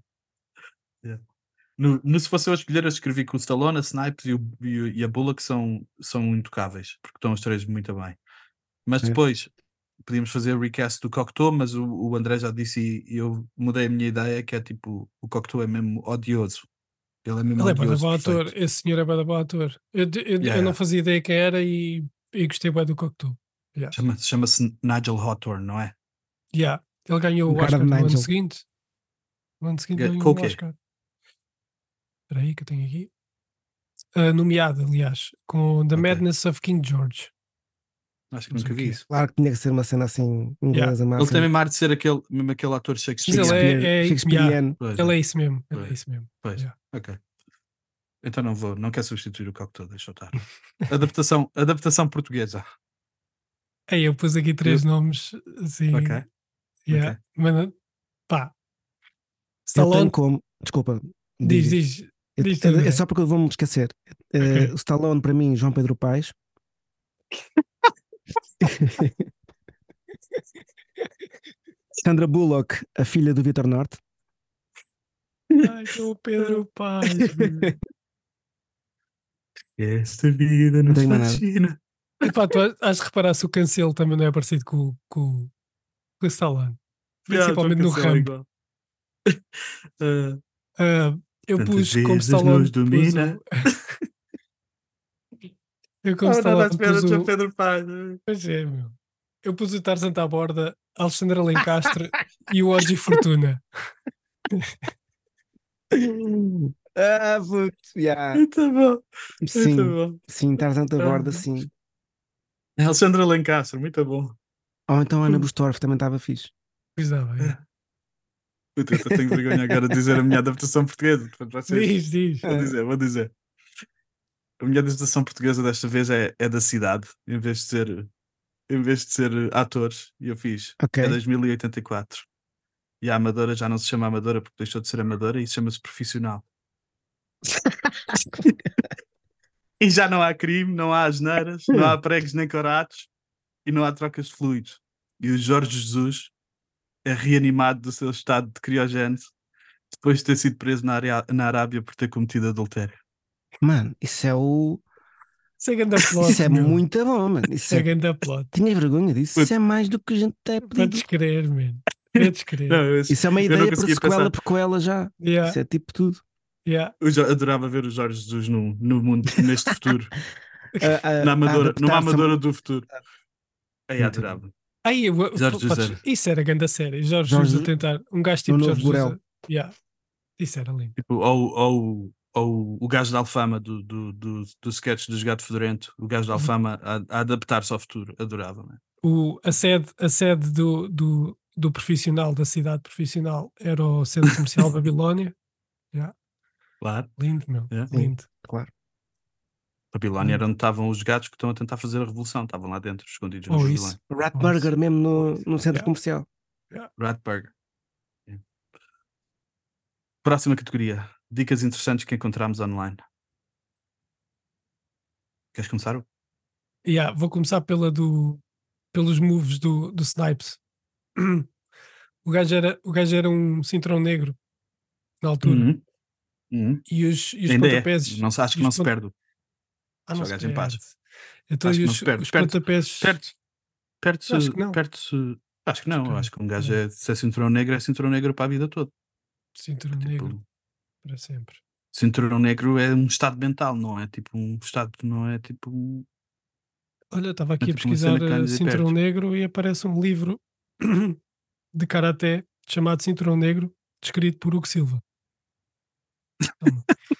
A: Se fosse eu a escolher, eu escrevi que o Stallone, a Snipes e a Bullock são intocáveis, porque estão os três muito bem. Mas
D: É.
A: depois podíamos fazer o recast do Cocteau, mas o André já disse e eu mudei a minha ideia, que é tipo, o Cocteau é mesmo odioso. Ele é mesmo
E: Ele é bué da
A: odioso,
E: bom
A: perfeito.
E: ator. Esse senhor é bué da bom ator. Eu
A: Yeah.
E: não fazia ideia quem era e gostei bué do Cocteau. Yeah.
A: Chama-se Nigel Hawthorne, não é?
E: Yeah. Ele ganhou o
D: Cara
E: Oscar
D: de
E: no ano
D: Nigel.
E: seguinte. No ano seguinte
A: Com
E: ganhou
A: o
E: o
A: quê?
E: Oscar. Espera aí que eu tenho aqui. Nomeado, aliás, com The
A: Ok.
E: Madness of King George.
A: Acho que
E: Não
A: nunca
E: sei o
A: vi
E: quê.
A: isso.
D: Claro que tinha que ser uma cena assim inglesa,
A: Ele
D: máxima.
A: tem mesmo a arte de ser mesmo aquele ator
E: Mas
A: Shakespeare.
E: ele é
D: Shakespeareano.
A: Pois
E: ele
A: é.
E: é isso mesmo. Ele
A: Pois.
E: é isso mesmo.
A: Pois.
E: Yeah.
A: Ok. Então não quero substituir o Cocteau, deixa eu estar. Adaptação portuguesa.
E: Aí eu pus aqui 3 nomes assim.
A: Ok.
E: Yeah.
A: Ok.
E: Mas, pá.
D: Eu tenho
E: Stallone,
D: como. Desculpa.
E: diz tu,
D: É
E: André.
D: só porque eu vou-me esquecer.
E: Ok.
D: O Stallone, para mim, João Pedro Paes. Sandra Bullock, a filha do Vitor Norte.
E: Ai, o Pedro Paz.
A: Esta vida não
D: tenho mais nada.
A: fascina.
E: Epá, tu has de reparar se o Cancelo também não é parecido com o Stallone. Principalmente no rampo. Eu
A: Tantas
E: pus como
A: vezes
E: Stallone.
A: nos domina.
E: Eu como Stallone pus o.
A: Pedro Paz.
E: Pois é, meu. Eu pus o Tarzan à borda, Alexandre Alencastre e o Orgi Fortuna.
D: Putz, yeah.
A: Muito bom.
D: Sim,
A: Muito bom.
D: sim, Tarzan da borda, sim.
A: Alexandre Alencastre, muito bom.
D: Ou então Ana Bustorff também estava fixe.
E: Pois dá, bem.
A: Puta, eu tenho vergonha agora de dizer a minha adaptação portuguesa. Portanto,
E: Diz.
A: Vou dizer. A minha adaptação portuguesa desta vez é da cidade, em vez de ser atores, e eu fiz.
D: Ok.
A: É 2084. E a Amadora já não se chama Amadora porque deixou de ser Amadora e chama-se Profissional. E já não há crime, não há asneiras, não há pregos nem coratos e não há trocas de fluidos. E o Jorge Jesus é reanimado do seu estado de criogênese depois de ter sido preso na Arábia por ter cometido adultério.
D: Mano, isso é o
E: Isso é ganda plot,
D: Isso é
E: meu.
D: muito bom, mano.
E: Isso é ganda plot.
D: Tinha vergonha disso. Isso é mais do que a gente é pedido.
E: Podes crer, man. Podes crer.
A: Não,
D: Isso é uma
A: eu não
D: ideia para
A: conseguia
D: sequela,
A: pensar.
D: prequela já.
E: Yeah,
D: Isso é tipo tudo.
E: yeah.
A: Eu adorava ver o Jorge Jesus no mundo, neste futuro.
D: A
A: Numa
D: adaptar-se a
A: amadora do futuro. Aí
D: Muito
A: adorava.
E: Aí,
A: Jorge Jesus.
E: isso era ganda série. Jorge
D: Jorge
E: Jesus a tentar. Um gajo
D: no
E: tipo
D: novo
E: Jorge
D: Borel.
E: Jesus. Yeah. Isso era lindo.
A: Tipo, ou o gajo da Alfama do sketch do Gato Fedorento, o gajo da Alfama a adaptar-se ao futuro. Adorava, né?
E: A sede do profissional, da cidade profissional, era o Centro Comercial Babilónia. Yeah.
A: Claro.
E: Lindo, meu.
A: Yeah.
D: Sim,
E: Lindo.
D: claro.
A: Babilónia era onde estavam os gatos que estão a tentar fazer a revolução. Estavam lá dentro, escondidos nos
E: Ou
A: Babilónia.
E: isso.
D: Ratburger mesmo no centro
E: Yeah.
D: comercial.
A: Ratburger. Yeah. Próxima categoria. Dicas interessantes que encontramos online. Queres começar?
E: Yeah, vou começar pelos moves do Snipes. O gajo era um cinturão negro na altura.
A: Uhum. Uhum.
E: E os
A: Ainda
E: pontapés.
A: Não, acho que não se perde.
E: Não
A: Só
E: se
A: gajo em paz.
E: perde. Então,
A: Acho
E: e
A: que não se perde.
E: os pontapés.
A: Perde-se.
E: Acho que não.
A: Acho que não. Acho que um gajo
E: Não.
A: se é cinturão negro para a vida toda.
E: Cinturão
A: Tipo,
E: negro para sempre.
A: cinturão negro é um estado mental, não é tipo um estado, não é tipo
E: Olha, estava aqui a
A: tipo uma
E: pesquisar
A: cena que ganhas e
E: cinturão
A: perdes.
E: negro e aparece um livro de karaté chamado Cinturão Negro, escrito por Hugo Silva. Toma.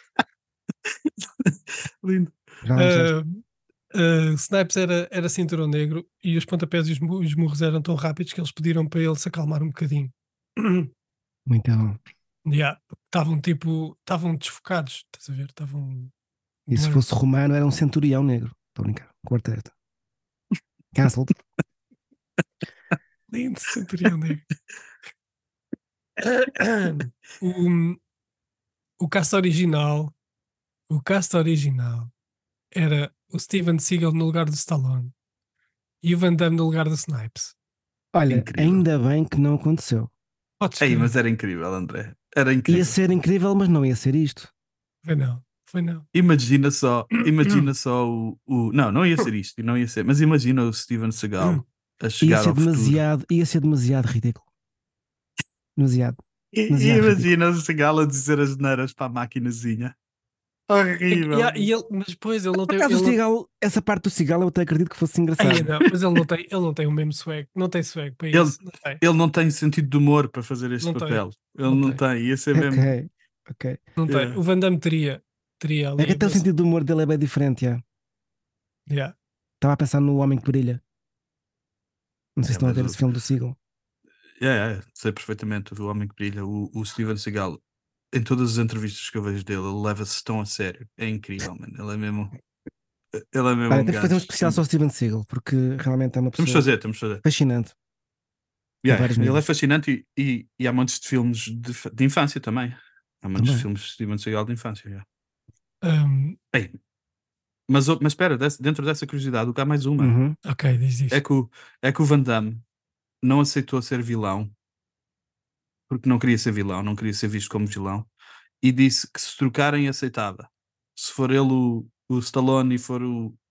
A: Lindo.
D: Já lá disseste.
E: Snipes era cinturão negro e os pontapés e os murros eram tão rápidos que eles pediram para ele se acalmar um bocadinho.
D: Muito bom.
E: Yeah. Estavam desfocados, estás a ver? Estavam.
D: E se
E: blurred.
D: fosse romano, era um centurião negro. Estou a brincar. Quarteto. Cancelled.
E: Lindo, centurião negro. O cast original era o Steven Seagal no lugar do Stallone e o Van Damme no lugar do Snipes.
D: Olha,
A: Incrível.
D: ainda bem que não aconteceu.
E: Podes
A: Ei,
E: crer.
A: mas era incrível, André. Era incrível.
D: Ia ser incrível, mas não ia ser isto.
E: Foi não.
A: Imagina só não ia ser isto, não ia ser, mas imagina o Steven Seagal a chegar ao futuro.
D: Ia ser demasiado ridículo. Demasiado.
A: E
D: demasiado
A: imagina o Seagal a dizer as neiras para a maquinazinha. Horrível.
E: Mas depois ele não
D: Por
E: tem.
D: acaso,
E: Ele não,
D: essa parte do Seagal eu até acredito que fosse engraçado.
E: mas ele não tem o mesmo swag. Não tem swag para
A: Ele-
E: isso. Não tem.
A: Ele não tem sentido de humor para fazer este
E: Não tem.
A: papel. Ele
E: Não
A: não
E: tem.
A: tem. Ia ser mesmo.
D: Ok.
E: Não tem.
A: Yeah.
E: O Van Damme teria ali.
D: É que até o
E: mas-
D: sentido do humor dele é bem diferente. Já.
E: Yeah.
D: Estava a pensar no Homem que Brilha. Não sei se estão a
A: mas
D: ver
A: o-
D: esse filme do Seagal.
A: Sei perfeitamente. O Homem que Brilha, o Steven Seagal, em todas as entrevistas que eu vejo dele, ele leva-se tão a sério. É incrível, mano. Ele é mesmo
D: Olha,
A: um
D: temos que fazer um
A: gajo.
D: especial só ao Steven Seagal, porque realmente é uma
A: Temos
D: pessoa
A: de fazer.
D: fascinante. vários
A: Ele é
D: níveis.
A: fascinante e há montes de filmes de infância também. Há montes de
D: Também.
A: filmes de Steven Seagal de infância. Yeah.
E: Um,
A: Mas espera, dentro dessa curiosidade, há mais uma.
D: Uhum.
E: ok, diz isto.
A: É que o Van Damme não aceitou ser vilão porque não queria ser vilão, não queria ser visto como vilão, e disse que se trocarem aceitava. Se for ele o Stallone e for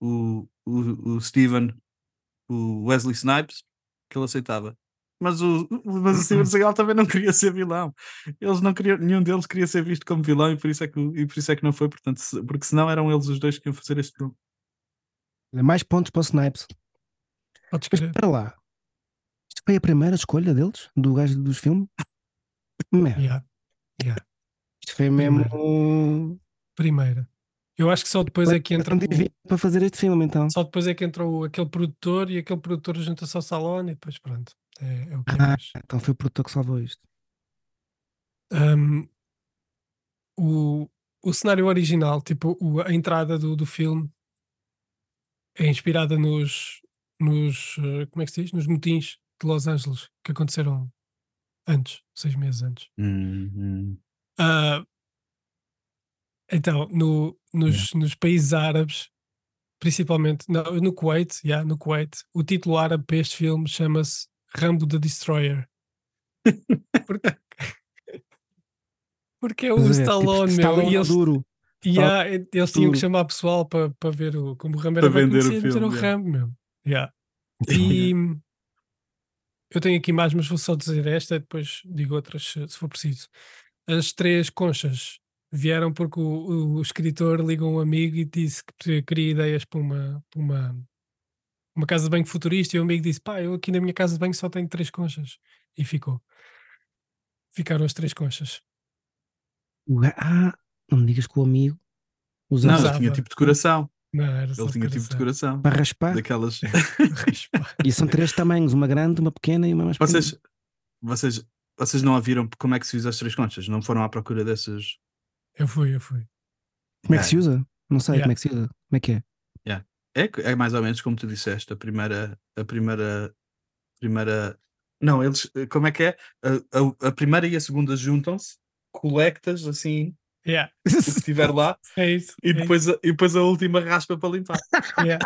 A: o Steven, o Wesley Snipes, que ele aceitava. Mas o Steven Seagal também não queria ser vilão. Eles não queriam, nenhum deles queria ser visto como vilão e por isso é que não foi, portanto, porque senão eram eles os dois que iam fazer este filme.
D: Mais pontos para o Snipes.
E: Podes
D: Mas
E: crer.
D: espera lá. Isto foi a primeira escolha deles? Do gajo dos filmes? Merda.
E: Yeah.
D: Isto foi mesmo.
E: Primeira. Eu acho que só depois é que entra.
D: Para fazer este filme, então.
E: Só depois é que entrou aquele produtor e aquele produtor junta-se ao Stallone e depois pronto. É o que é
D: Ah,
E: mais.
D: então foi o produtor que salvou isto.
E: O cenário original, tipo a entrada do filme, é inspirada nos como é que se diz? Nos motins de Los Angeles que aconteceram antes, 6 meses antes. Ah, então, nos países árabes, principalmente no Kuwait, o título árabe para este filme chama-se Rambo the Destroyer. Porque é o
D: Estás a ver?
E: Stallone,
D: Tipo,
E: meu,
D: Stallone duro.
E: eles tinham que
D: Tudo.
E: chamar pessoal para ver como o Rambo
A: Para
E: era bem
A: vender o
E: conhecido, meter o
A: filme, yeah.
E: Rambo, meu. Yeah. E eu tenho aqui mais, mas vou só dizer esta, depois digo outras se for preciso. As 3 conchas vieram porque o escritor ligou a um amigo e disse que queria ideias para uma casa de banho futurista, e o amigo disse: pá, eu aqui na minha casa de banho só tenho 3 conchas. E ficaram as 3 conchas.
D: Não me digas que o amigo
A: Não,
D: usava
A: ele tinha
E: Usava.
A: tipo de coração.
E: Não, era só
A: Ele tinha tipo de coração.
D: para raspar.
A: Daquelas.
E: Raspar.
D: E são 3 tamanhos, uma grande, uma pequena e uma mais pequena.
A: Vocês não ouviram como é que se usa as 3 conchas? Não foram à procura dessas.
E: Eu fui.
D: Como é que se usa? Não sei
E: Yeah.
D: como é que se usa. Como é que é?
A: É mais ou menos como tu disseste, a primeira. Não, eles. Como é que é? A primeira e a segunda juntam-se, colectas assim
E: Yeah.
A: o que estiver lá
E: É isso.
A: e depois a última raspa para limpar.
E: Yeah.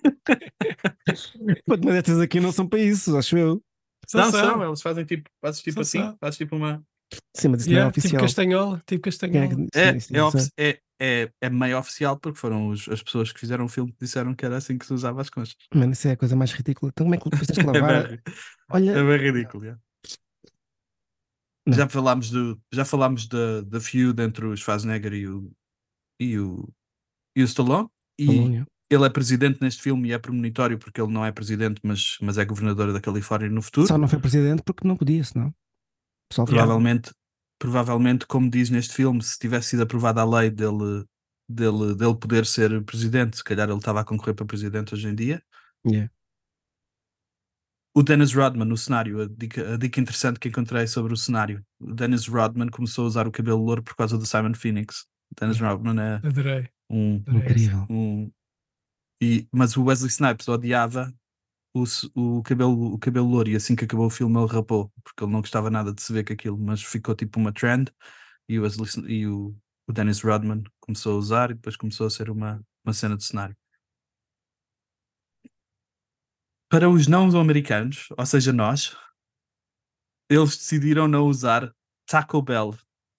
D: Pô, mas estas aqui não são para isso, acho eu.
A: São, eles fazem tipo assim,
E: São.
A: fazes tipo uma.
D: Sim, mas isso não é
E: Yeah, tipo
D: oficial.
E: castanhola.
D: Quem é que...
A: É,
D: sim, sei.
A: é meio oficial porque foram as pessoas que fizeram o filme que disseram que era assim que se usava as conchas.
D: Mano, isso é a coisa mais ridícula. Então como é que depois tens que
A: É
D: lavar?
A: bem,
D: Olha,
A: é bem ridículo. Yeah.
D: Não.
A: Já falámos da feud entre o Schwarzenegger e o Stallone, e
D: Polónia.
A: ele é presidente neste filme e é premonitório porque ele não é presidente, mas é governador da Califórnia no futuro.
D: Só não foi presidente porque não podia, senão. O pessoal
A: Provavelmente, como diz neste filme, se tivesse sido aprovada a lei dele poder ser presidente, se calhar ele estava a concorrer para presidente hoje em dia.
D: Yeah.
A: O Dennis Rodman no cenário, a dica interessante que encontrei sobre o cenário: o Dennis Rodman começou a usar o cabelo louro por causa do Simon Phoenix. O Dennis Rodman é
E: Adorei.
A: um,
D: Incrível.
A: mas o Wesley Snipes odiava o cabelo louro, e assim que acabou o filme ele rapou, porque ele não gostava nada de se ver com aquilo, mas ficou tipo uma trend, e o Dennis Rodman começou a usar, e depois começou a ser uma cena de cenário. Para os não-americanos, ou seja, nós, eles decidiram não usar Taco Bell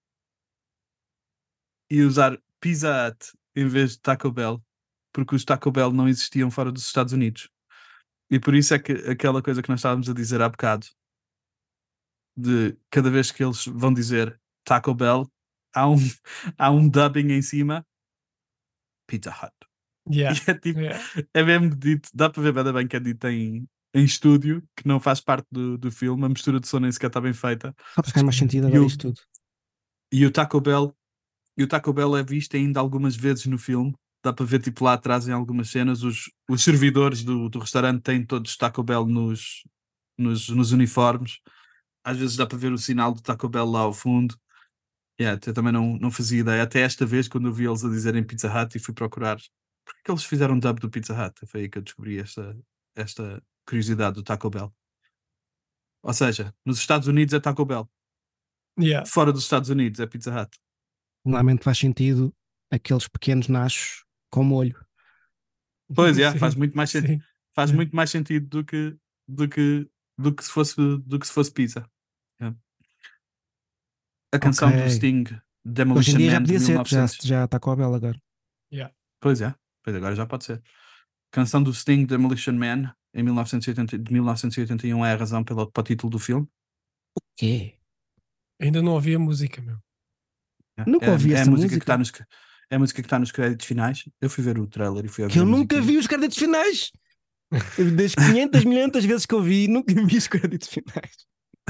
A: e usar Pizza Hut em vez de Taco Bell, porque os Taco Bell não existiam fora dos Estados Unidos. E por isso é que aquela coisa que nós estávamos a dizer há bocado, de cada vez que eles vão dizer Taco Bell, há um dubbing em cima, Pizza Hut.
E: Yeah.
A: E é tipo,
E: Yeah.
A: é mesmo dito, dá para ver bem que é dito em estúdio, que não faz parte do filme, a mistura de som nem sequer está bem feita.
D: Só para faz mais sentido
A: E
D: agora
A: o-
D: isto tudo.
A: E o Taco Bell é visto ainda algumas vezes no filme. Dá para ver tipo lá atrás em algumas cenas os servidores do restaurante têm todos Taco Bell nos uniformes. Às vezes dá para ver o sinal do Taco Bell lá ao fundo. Eu também não fazia ideia. Até esta vez, quando eu vi eles a dizerem Pizza Hut, e fui procurar porque que eles fizeram dub do Pizza Hut. Foi aí que eu descobri esta curiosidade do Taco Bell. Ou seja, nos Estados Unidos é Taco Bell.
E: Yeah.
A: Fora dos Estados Unidos é Pizza Hut.
D: Normalmente faz sentido aqueles pequenos nachos com molho.
A: Pois
E: Sim,
A: faz muito mais sentido.
E: sim.
A: Faz
E: Yeah.
A: muito mais sentido do que se fosse pizza. Yeah. A canção do
D: Ok.
A: Sting,
D: Hoje em
A: Demolition
D: dia já
A: Man de
D: podia ser,
A: 1900.
D: já está com a Bela agora.
E: Yeah.
A: Pois agora já pode ser. Canção do Sting, Demolition Man, de 1981, é a razão para o título do filme.
D: Quê?
E: Ainda não ouvi a música, meu.
A: Yeah.
D: Nunca ouvi
A: é a
D: essa
A: música
D: música.
A: é a música que está nos créditos finais. Eu fui ver o trailer e fui ouvir
D: Que eu
A: a
D: nunca
A: musiquinha.
D: vi os créditos finais. Das 500 milhões vezes que eu vi, nunca vi os créditos finais.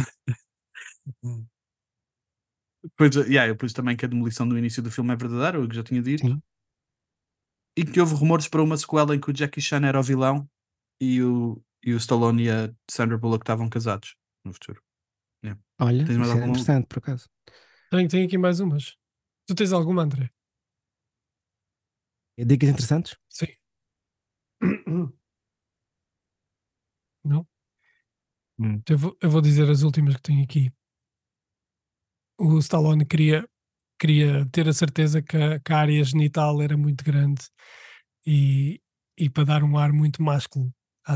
A: Eu pus também que a demolição do início do filme é verdadeira, o que já tinha dito.
D: Sim.
A: E que houve rumores para uma sequela em que o Jackie Chan era o vilão e o Stallone e a Sandra Bullock estavam casados no futuro.
D: Olha,
A: Tens mais
D: isso é
A: alguma?
D: interessante, por acaso.
E: Tenho aqui mais umas. Tu tens alguma, André?
D: Dicas interessantes?
E: Sim. Não? Eu vou dizer as últimas que tenho aqui. O Stallone queria ter a certeza que a área genital era muito grande e para dar um ar muito másculo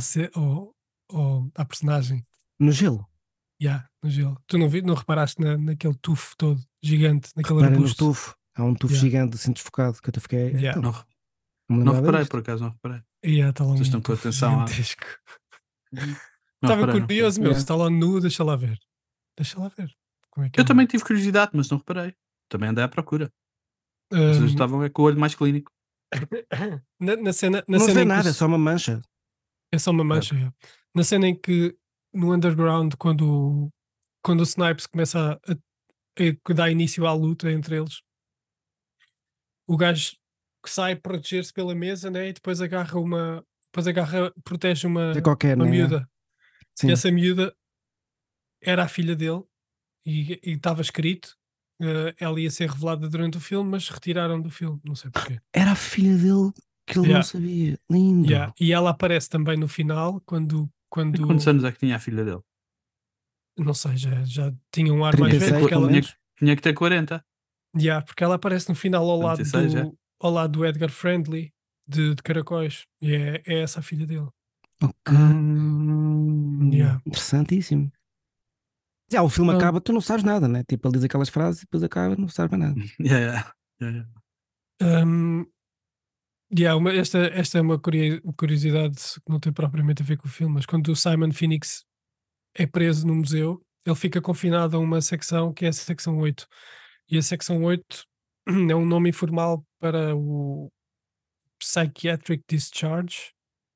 E: à personagem.
D: No gelo.
E: No gelo. Tu não reparaste naquele tufo todo gigante, naquele
D: Reparem no
E: arbusto?
D: estufo. Há um tufo
E: Yeah.
D: gigante assim desfocado que eu até fiquei.
E: Yeah.
D: Então,
A: Não,
D: não me
A: não
D: lembrava
A: reparei,
D: disto.
A: por acaso, não reparei.
E: Está lá
A: Vocês
E: um
A: estão com
E: tufo
A: atenção a.
E: gigantesco.
A: Não
E: Estava
A: reparei, não
E: curioso, meu.
D: Yeah.
E: Se está lá nu, deixa lá ver. Deixa lá ver. Como é que
A: Eu
E: é?
A: também tive curiosidade, mas não reparei. Também andei à procura. Vocês
E: Ahm,
A: estavam com o olho mais clínico.
E: na cena,
D: Não se
E: cena
D: vê
E: em que
D: nada, é só uma mancha.
E: é só uma mancha. É. Na cena em que no underground, quando o Snipes começa a dar início à luta entre eles, o gajo que sai proteger-se pela mesa, né? E depois protege
D: É qualquer,
E: uma
D: né?
E: miúda. E
D: Sim.
E: essa miúda era a filha dele e estava escrito. Ela ia ser revelada durante o filme, mas retiraram do filme, não sei porquê.
D: Era a filha dele que ele não
E: Yeah.
D: sabia. Lindo.
E: Yeah. E ela aparece também no final, quando
A: E quantos anos é que tinha a filha dele?
E: não sei, já tinha um ar mais
D: 36,
E: velho, porque
D: pelo
E: ela,
D: menos.
A: Tinha que ter 40.
E: yeah, porque ela aparece no final ao
A: 36, é?
E: ao lado do Edgar Friendly de Caracóis, e é essa a filha dele.
D: Ok.
E: Yeah.
D: Interessantíssimo. Já, o filme
E: Então-
D: acaba, tu não sabes nada, né? Tipo, ele diz aquelas frases e depois acaba, não sabes mais nada.
A: Yeah, yeah.
E: Um, yeah, esta é uma curiosidade que não tem propriamente a ver com o filme, mas quando o Simon Phoenix é preso no museu, ele fica confinado a uma secção que é a secção 8. E a secção 8 é um nome informal para o Psychiatric Discharge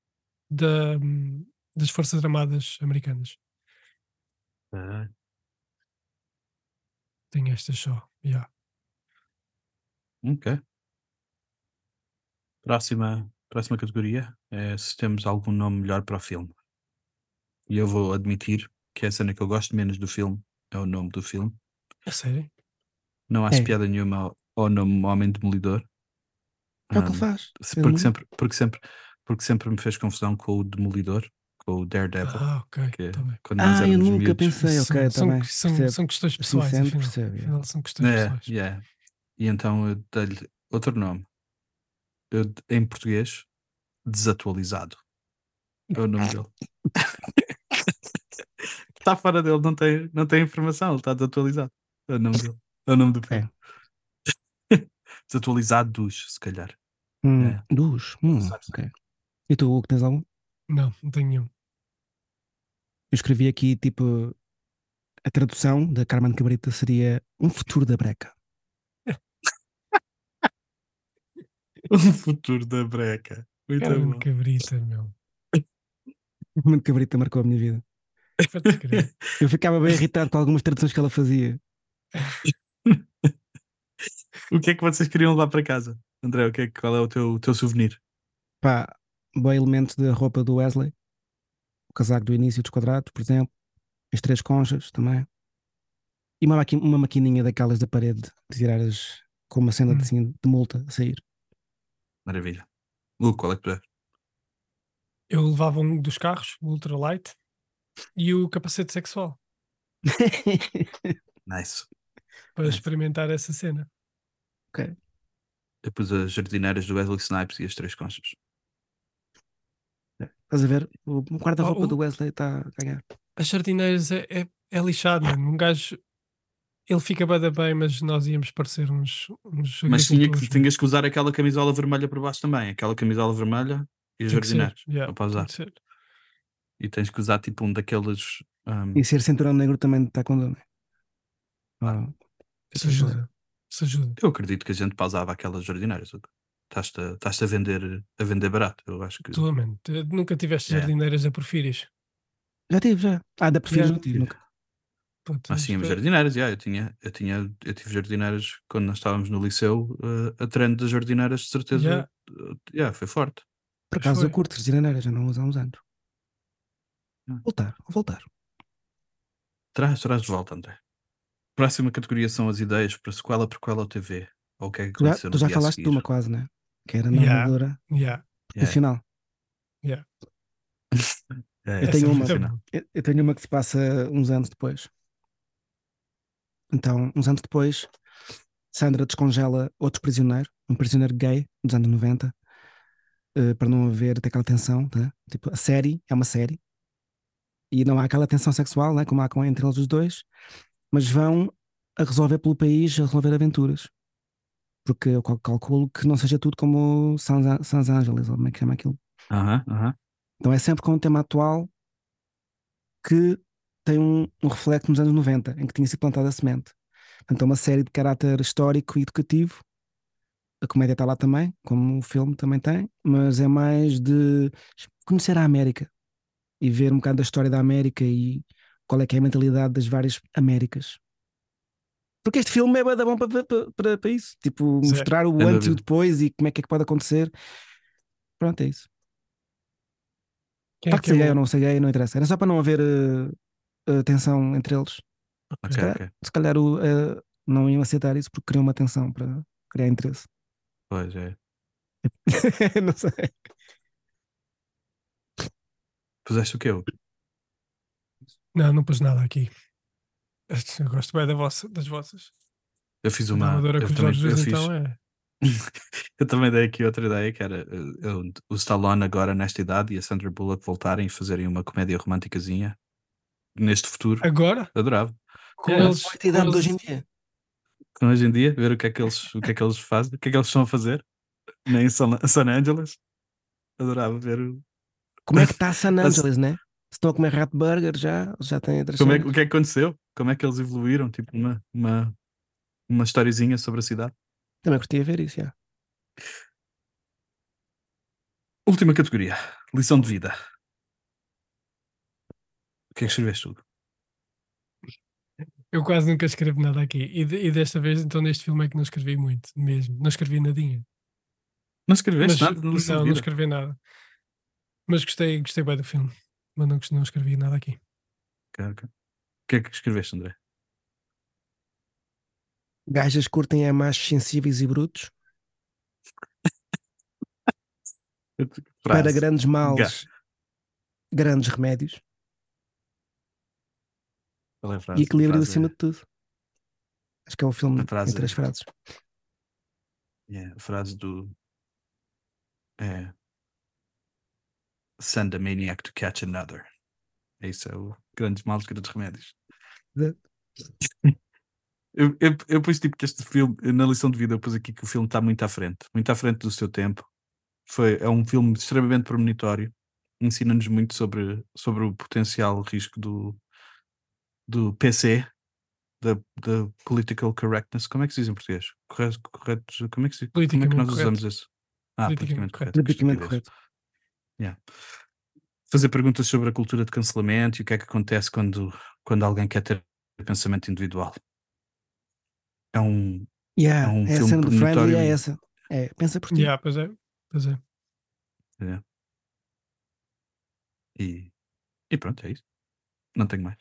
E: das Forças Armadas Americanas.
A: Ah,
E: Tem estas só. Yeah.
A: ok. Próxima categoria é se temos algum nome melhor para o filme. E eu vou admitir que a cena que eu gosto menos do filme é o nome do filme.
E: A sério?
A: Não acho
D: É.
A: piada nenhuma ao nome Homem Demolidor.
D: É o que ele faz.
A: Porque sempre me fez confusão com o Demolidor, com o Daredevil.
E: Ok.
A: Que
E: Tá bem.
A: quando nós
D: Eu
A: éramos
D: nunca
A: miúdos.
D: pensei, ok, tá bem. Percebo.
E: São questões
D: Assim
E: pessoais,
D: sendo,
E: afinal.
D: percebo, yeah.
E: Afinal, são questões pessoais.
A: Yeah. E então eu dei-lhe outro nome. Em português, Desatualizado. É o nome dele. Está fora dele, não tem informação, ele está desatualizado. É o nome dele. É o nome do filme. Desatualizados, se calhar. É.
D: Duas.
A: Sabes.
D: Ok. E tu, Hugo, tens algum?
E: Não tenho nenhum.
D: Eu escrevi aqui, tipo, a tradução da Carmen Cabrita seria Um Futuro da Breca.
A: O futuro da breca. Muito
E: Carmen
A: bom.
E: Cabrita, meu.
D: Carmen Cabrita marcou a minha vida.
E: Pode crer.
D: Eu ficava bem irritado com algumas traduções que ela fazia.
A: O que é que vocês queriam levar para casa? André, qual é o teu souvenir?
D: Pá, bom elementos da roupa do Wesley. O casaco do início dos quadrados, por exemplo. As três conchas também. E uma maquininha daquelas da parede de tirar com uma cena assim, de multa a sair.
A: Maravilha. Qual é que tu é?
E: Eu levava um dos carros, o ultralight, e o capacete sexual
A: Nice.
E: para
A: Nice.
E: experimentar essa cena.
D: Ok.
A: Eu pus as jardineiras do Wesley Snipes e as três conchas.
D: Estás a ver? O guarda-roupa
E: Oh,
D: do Wesley está a ganhar.
E: As jardineiras é lixado, mano. Um gajo, ele fica bada bem, mas nós íamos parecer uns
A: Mas
E: agricultores.
A: tinhas que usar aquela camisola vermelha por baixo também. Aquela camisola vermelha e os
E: Tem que ser,
A: jardineiros.
E: yeah,
A: Para usar.
E: tem que ser.
A: E tens que usar tipo um daqueles.
D: E ser cinturão negro também está com dor.
E: Isso ajuda. Isso ajuda.
A: Eu acredito que a gente pausava aquelas jardineiras. Estás a vender barato. Eu acho que.
E: Tu, man, nunca tiveste
A: Yeah.
E: jardineiras a Porfíris?
D: Já tive, já. Da Porfíris
E: Yeah.
D: não tive nunca.
E: Puta,
A: Nós tínhamos jardineiras, eu tive jardineiras quando nós estávamos no liceu. A trend das jardineiras, de certeza. Foi forte.
D: Por
E: Pois
D: acaso
E: foi.
D: eu curto jardineiras, já não uso há uns anos. Vou voltar.
A: Traz de volta, André. Próxima categoria são as ideias para sequela, prequela ou TV. Ou o que é que aconteceu
D: Tu
A: no
D: já
A: dia a
D: falaste
A: seguir.
D: de uma quase, né? Que era
E: Yeah.
D: narradora
E: Yeah.
D: nacional.
E: Yeah.
D: Eu tenho
E: Essa é
D: uma.
E: muito boa.
D: Eu tenho uma que se passa uns anos depois. Então, uns anos depois, Sandra descongela outro prisioneiro, um prisioneiro gay dos anos 90, para não haver aquela tensão, né? Tipo, a série é uma série e não há aquela tensão sexual, né? Como há entre eles os dois, mas vão a resolver pelo país, a resolver aventuras. porque eu calculo que não seja tudo como o Sans Angeles, ou como é que chama aquilo.
A: Aham.
D: Então é sempre com um tema atual que tem um reflexo nos anos 90, em que tinha sido plantada a semente. Portanto, é uma série de caráter histórico e educativo. A comédia está lá também, como o filme também tem, mas é mais de conhecer a América e ver um bocado da história da América e qual é que é a mentalidade das várias Américas. Porque este filme é bué da bom para isso. Tipo,
E: Zé.
D: mostrar o
A: Sem
D: antes e o
A: dúvida.
D: depois e como é que pode acontecer. Pronto, é isso.
E: Quem é
D: Claro que
E: que é
D: sei gay ou
E: o.
D: não sei gay, não interessa. Era só para não haver tensão entre eles.
E: Ok.
A: Ok, ok.
D: Se calhar não iam aceitar isso porque queriam uma tensão para criar interesse.
A: Pois é.
D: Não sei.
A: Puseste o quê?
E: Não, não pus nada aqui. Eu gosto bem das vossas.
A: Eu fiz
E: A da
A: uma.
E: Amadora
A: Eu
E: com os
A: também.
E: Jorge
A: Eu
E: Jesus,
A: fiz.
E: então é.
A: Eu também dei aqui outra ideia que era o Stallone agora nesta idade e a Sandra Bullock voltarem e fazerem uma comédia românticazinha neste futuro.
E: Agora,
A: Adorava.
E: com
A: Yeah.
E: eles.
D: A idade de hoje em dia.
A: Hoje em dia, ver o que é que eles fazem, o que é que eles estão a fazer nem San Angeles. Adorava ver
D: Como é que está San
A: a-
D: Angeles, né? Se estão a comer rat burger já tem outras
A: como é,
D: cenas.
A: o que é que aconteceu, como é que eles evoluíram, tipo uma historiezinha sobre a cidade.
D: Também curtia ver isso, já.
A: Última categoria, lição de vida. O que é que escreveste tudo?
E: Eu quase nunca escrevo nada aqui. E desta vez, então, neste filme é que não escrevi muito, mesmo. Não escrevi nadinha.
A: Não escreveste
E: Mas
A: nada na lição de
E: não
A: vida?
E: escrevi nada. Mas gostei bem do filme. Mas não escrevi nada aqui.
A: Ok, ok. O que é que escreveste, André?
D: Gajas curtem é machos sensíveis e brutos. Para
A: Frase.
D: grandes
A: Ga.
D: males, grandes remédios.
A: Qual é a
D: E
A: frase? A
D: equilíbrio
A: frase
D: acima de tudo. Acho que é o
A: a
D: filme em
A: frase,
D: 3 frases.
A: a frase do é, Send a maniac to catch another. É isso, é o grandes males, grandes remédios. Eu pus tipo que este filme, na lição de vida, eu pus aqui que o filme está muito à frente do seu tempo. É um filme extremamente premonitório, ensina-nos muito sobre o potencial risco do PC, da political correctness. Como é que se diz em português? Correto, como é que
E: Politicamente
A: nós usamos
E: correto.
A: isso?
E: Politicamente
A: Politicamente
E: correto.
A: correto, que
D: Politicamente
A: estupidez.
D: correto.
A: Yeah. Fazer perguntas sobre a cultura de cancelamento e o que é que acontece quando alguém quer ter pensamento individual. É um, é
D: Yeah,
A: um
D: é a
A: filme
D: cena do Friendly,
A: premonitório
D: é
A: e.
D: essa. É, pensa por ti.
E: Yeah, pois é. Pois é.
A: É, e, e pronto, é isso. Não tenho mais.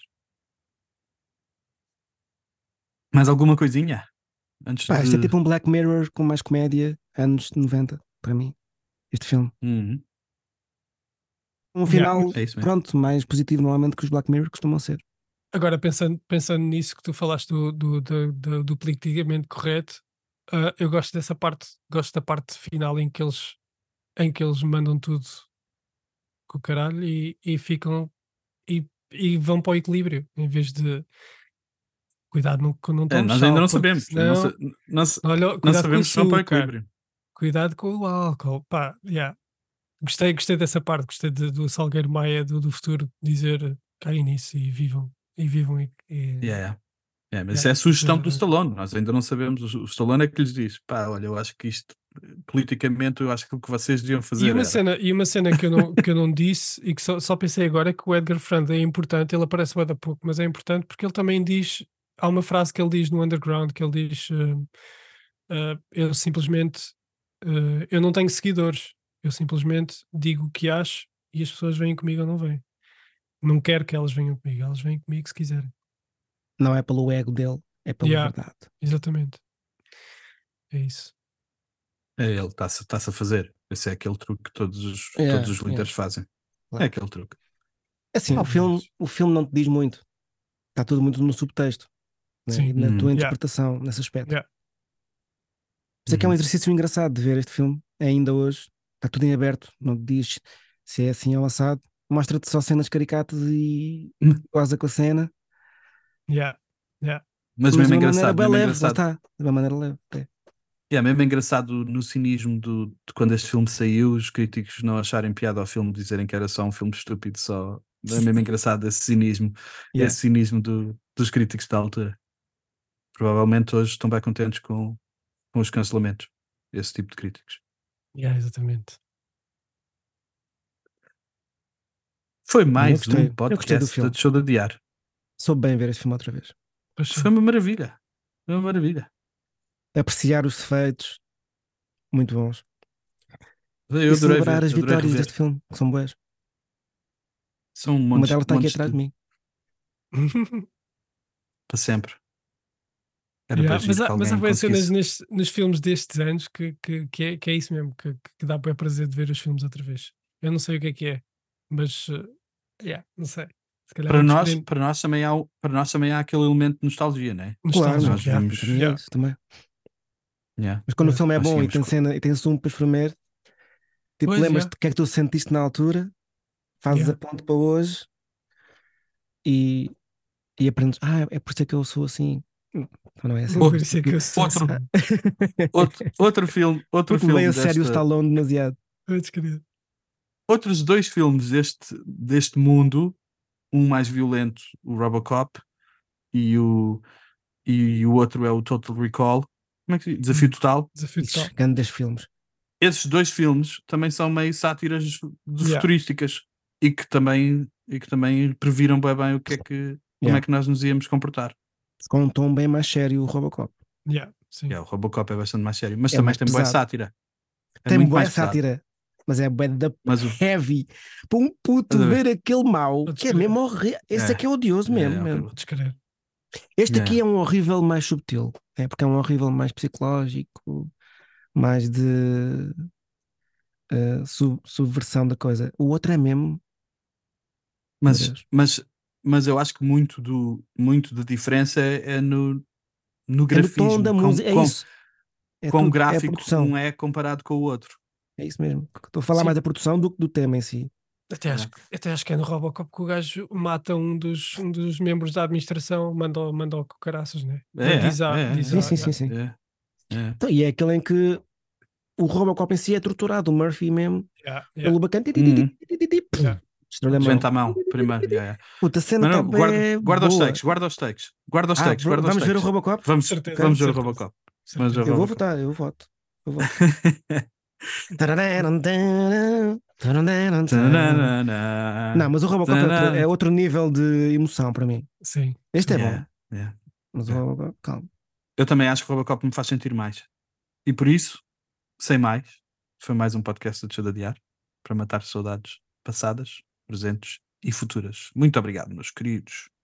A: Mais alguma coisinha? Antes
D: Pá, isto é
A: de.
D: tipo um Black Mirror com mais comédia, anos 90, para mim. Este filme.
A: Uhum,
D: Um
E: Yeah,
D: final,
A: é isso mesmo.
D: pronto, mais positivo normalmente que os Black Mirror costumam ser.
E: agora, pensando nisso que tu falaste do politicamente correto, eu gosto dessa parte, gosto da parte final em que eles mandam tudo com o caralho e ficam e vão para o equilíbrio, em vez de cuidado que não tomes
A: Nós ainda
E: sal,
A: não
E: porque
A: sabemos. Não,
E: senão,
A: não,
E: olha,
A: não
E: cuidado com o
A: sabemos se vão para o
E: açúcar,
A: equilíbrio.
E: cuidado com o álcool, pá, yeah. Gostei dessa parte, gostei do Salgueiro Maia do futuro dizer caem nisso e vivam
A: Yeah, yeah. Mas isso
E: yeah,
A: é a sugestão do
E: seja,
A: Stallone. Nós ainda não sabemos. O Stallone é que lhes diz: pá, olha, eu acho que isto, politicamente, eu acho que o que vocês deviam
E: E
A: fazer
E: uma
A: era.
E: cena, e uma cena que eu não disse e que só pensei agora é que o Edgar Frand é importante, ele aparece bem da pouco, mas é importante porque ele também diz, há uma frase que ele diz no Underground que ele diz eu simplesmente eu não tenho seguidores, eu simplesmente digo o que acho e as pessoas vêm comigo ou não vêm. Não quero que elas venham comigo, elas vêm comigo se quiserem.
D: Não é pelo ego dele, é pela
E: Yeah,
D: verdade.
E: exatamente. É isso.
A: Ele está-se a fazer. Esse é aquele truque que todos
D: Yeah,
A: os líderes fazem. É
D: claro.
A: aquele truque.
D: Assim,
A: Yeah.
D: o filme não te diz muito. Está tudo muito no subtexto, né?
E: Sim.
D: E na tua
E: Yeah,
D: interpretação nesse aspecto.
E: yeah.
D: Por isso é que é um
A: Uhum.
D: exercício engraçado de ver este filme, ainda hoje. Está tudo em aberto, não te diz se é assim ou assado. Mostra-te só cenas caricatas e goza com a cena.
E: Yeah, yeah.
A: Mas
D: Mas de
A: mesmo
D: uma maneira
A: engraçado,
D: bem
A: mesmo
D: leve, lá
A: engraçado.
D: está. De uma maneira leve, até.
A: É mesmo engraçado no cinismo de quando este filme saiu, os críticos não acharem piada ao filme, dizerem que era só um filme estúpido, só. É mesmo engraçado esse cinismo,
D: Yeah.
A: esse cinismo dos críticos da altura. Provavelmente hoje estão bem contentes com os cancelamentos, esse tipo de críticos.
E: Exatamente.
A: Foi
D: Eu
A: mais
D: gostei.
A: um
D: Eu gostei do
A: podcast
D: filme.
A: de Show de Adiar.
D: Soube bem ver este filme outra vez.
E: Pois sim.
A: Foi uma maravilha. Foi uma maravilha.
D: Apreciar os defeitos, muito bons.
A: Eu
D: E
A: adorei
D: celebrar
A: ver,
D: as
A: adorei
D: vitórias
A: rever.
D: deste filme, que são boas.
A: São
D: Uma
A: montes,
D: delas está aqui
A: montes
D: atrás de mim.
A: para sempre. Era para
E: Mas
A: giro que
E: há
A: alguém
E: boas cenas
A: conseguisse.
E: nos filmes destes anos que é isso mesmo, que dá para prazer de ver os filmes outra vez. Eu não sei o que é, mas não sei. Se calhar
A: Para
E: vou
A: nós,
E: descobrir
A: para nós também há aquele elemento de nostalgia, né?
D: Claro,
E: nostalgia.
A: Nós vimos.
D: para mim é isso também.
A: Yeah,
D: Mas quando o filme é
A: nós
D: bom e
A: tínhamos.
D: tem cena e tem zoom para espremer, tipo,
E: Pois,
D: lembras-te do que é que tu sentiste na altura, fazes a ponte para hoje e, e aprendes. É por isso é que eu sou assim. Não é assim.
E: Por isso é que eu sou
A: Outro,
E: assim.
A: outro
D: Porque me veio
A: filme
D: a sério o
A: desta.
D: Stallone demasiado.
E: Putz, querido.
A: Outros dois filmes deste mundo, um mais violento, o Robocop, e o outro é o Total Recall. Como é que se diz? Desafio Total.
E: Desafio total.
D: Ixi, grandes filmes.
A: Esses dois filmes também são meio sátiras
E: Yeah.
A: futurísticas e que também previram bem o que é como
D: Yeah.
A: é que nós nos íamos comportar.
D: Com um tom bem mais sério o Robocop.
E: Sim.
A: O Robocop é bastante mais sério, mas
D: É
A: também
D: mais
A: tem boa
D: pesado.
A: sátira. É
D: Tem
A: muito
D: boa
A: mais pesado.
D: sátira, mas é bué da
A: Mas
D: heavy. Para um puto
A: Estás a ver?
D: ver aquele mau,
E: Podes
D: que é
E: crer.
D: mesmo horrível. Esse aqui é odioso mesmo. mesmo.
A: horrível.
E: Podes crer.
D: Este aqui
A: Yeah.
D: é um horrível mais subtil, porque é um horrível mais psicológico, mais de subversão da coisa. O outro é mesmo. Meu
A: Mas,
D: Deus.
A: mas, mas eu acho que muito da diferença é no
D: É no tom
A: grafismo,
D: da música, é isso. É
A: quão
D: tudo, é a
A: gráfico
D: produção.
A: um é comparado com o outro.
D: É isso mesmo. Estou a falar
E: Sim.
D: mais da produção do que do tema em si.
E: Até acho que é no Robocop que o gajo mata um dos membros da administração, manda o caraças, né? Diz
D: Sim.
A: É.
D: Então, e é aquele em que o Robocop em si é torturado, o Murphy mesmo, pelo bacana.
E: Yeah.
D: Destrói a mão.
A: Desventa a mão, primeiro.
D: Puta, a cena
A: Mas
D: está
A: não,
D: bem
A: guarda os
D: boa.
A: takes, guarda os takes. Guarda os takes, guarda os
D: Vamos ver o
A: takes.
D: Robocop?
A: Vamos,
E: Certeza,
A: vamos ver o
E: certeza.
A: Robocop.
E: Certeza.
A: Vamos ver o
D: Eu vou
A: Robocop.
D: votar, eu voto. Não, mas o Robocop é outro nível de emoção para mim.
E: Sim.
D: Este é bom,
A: Yeah.
D: mas o Robocop, calma.
A: Eu também acho que o Robocop me faz sentir mais. E por isso, sem mais, foi mais um podcast de Show de Adiar para matar saudades passadas, presentes e futuras. Muito obrigado, meus queridos.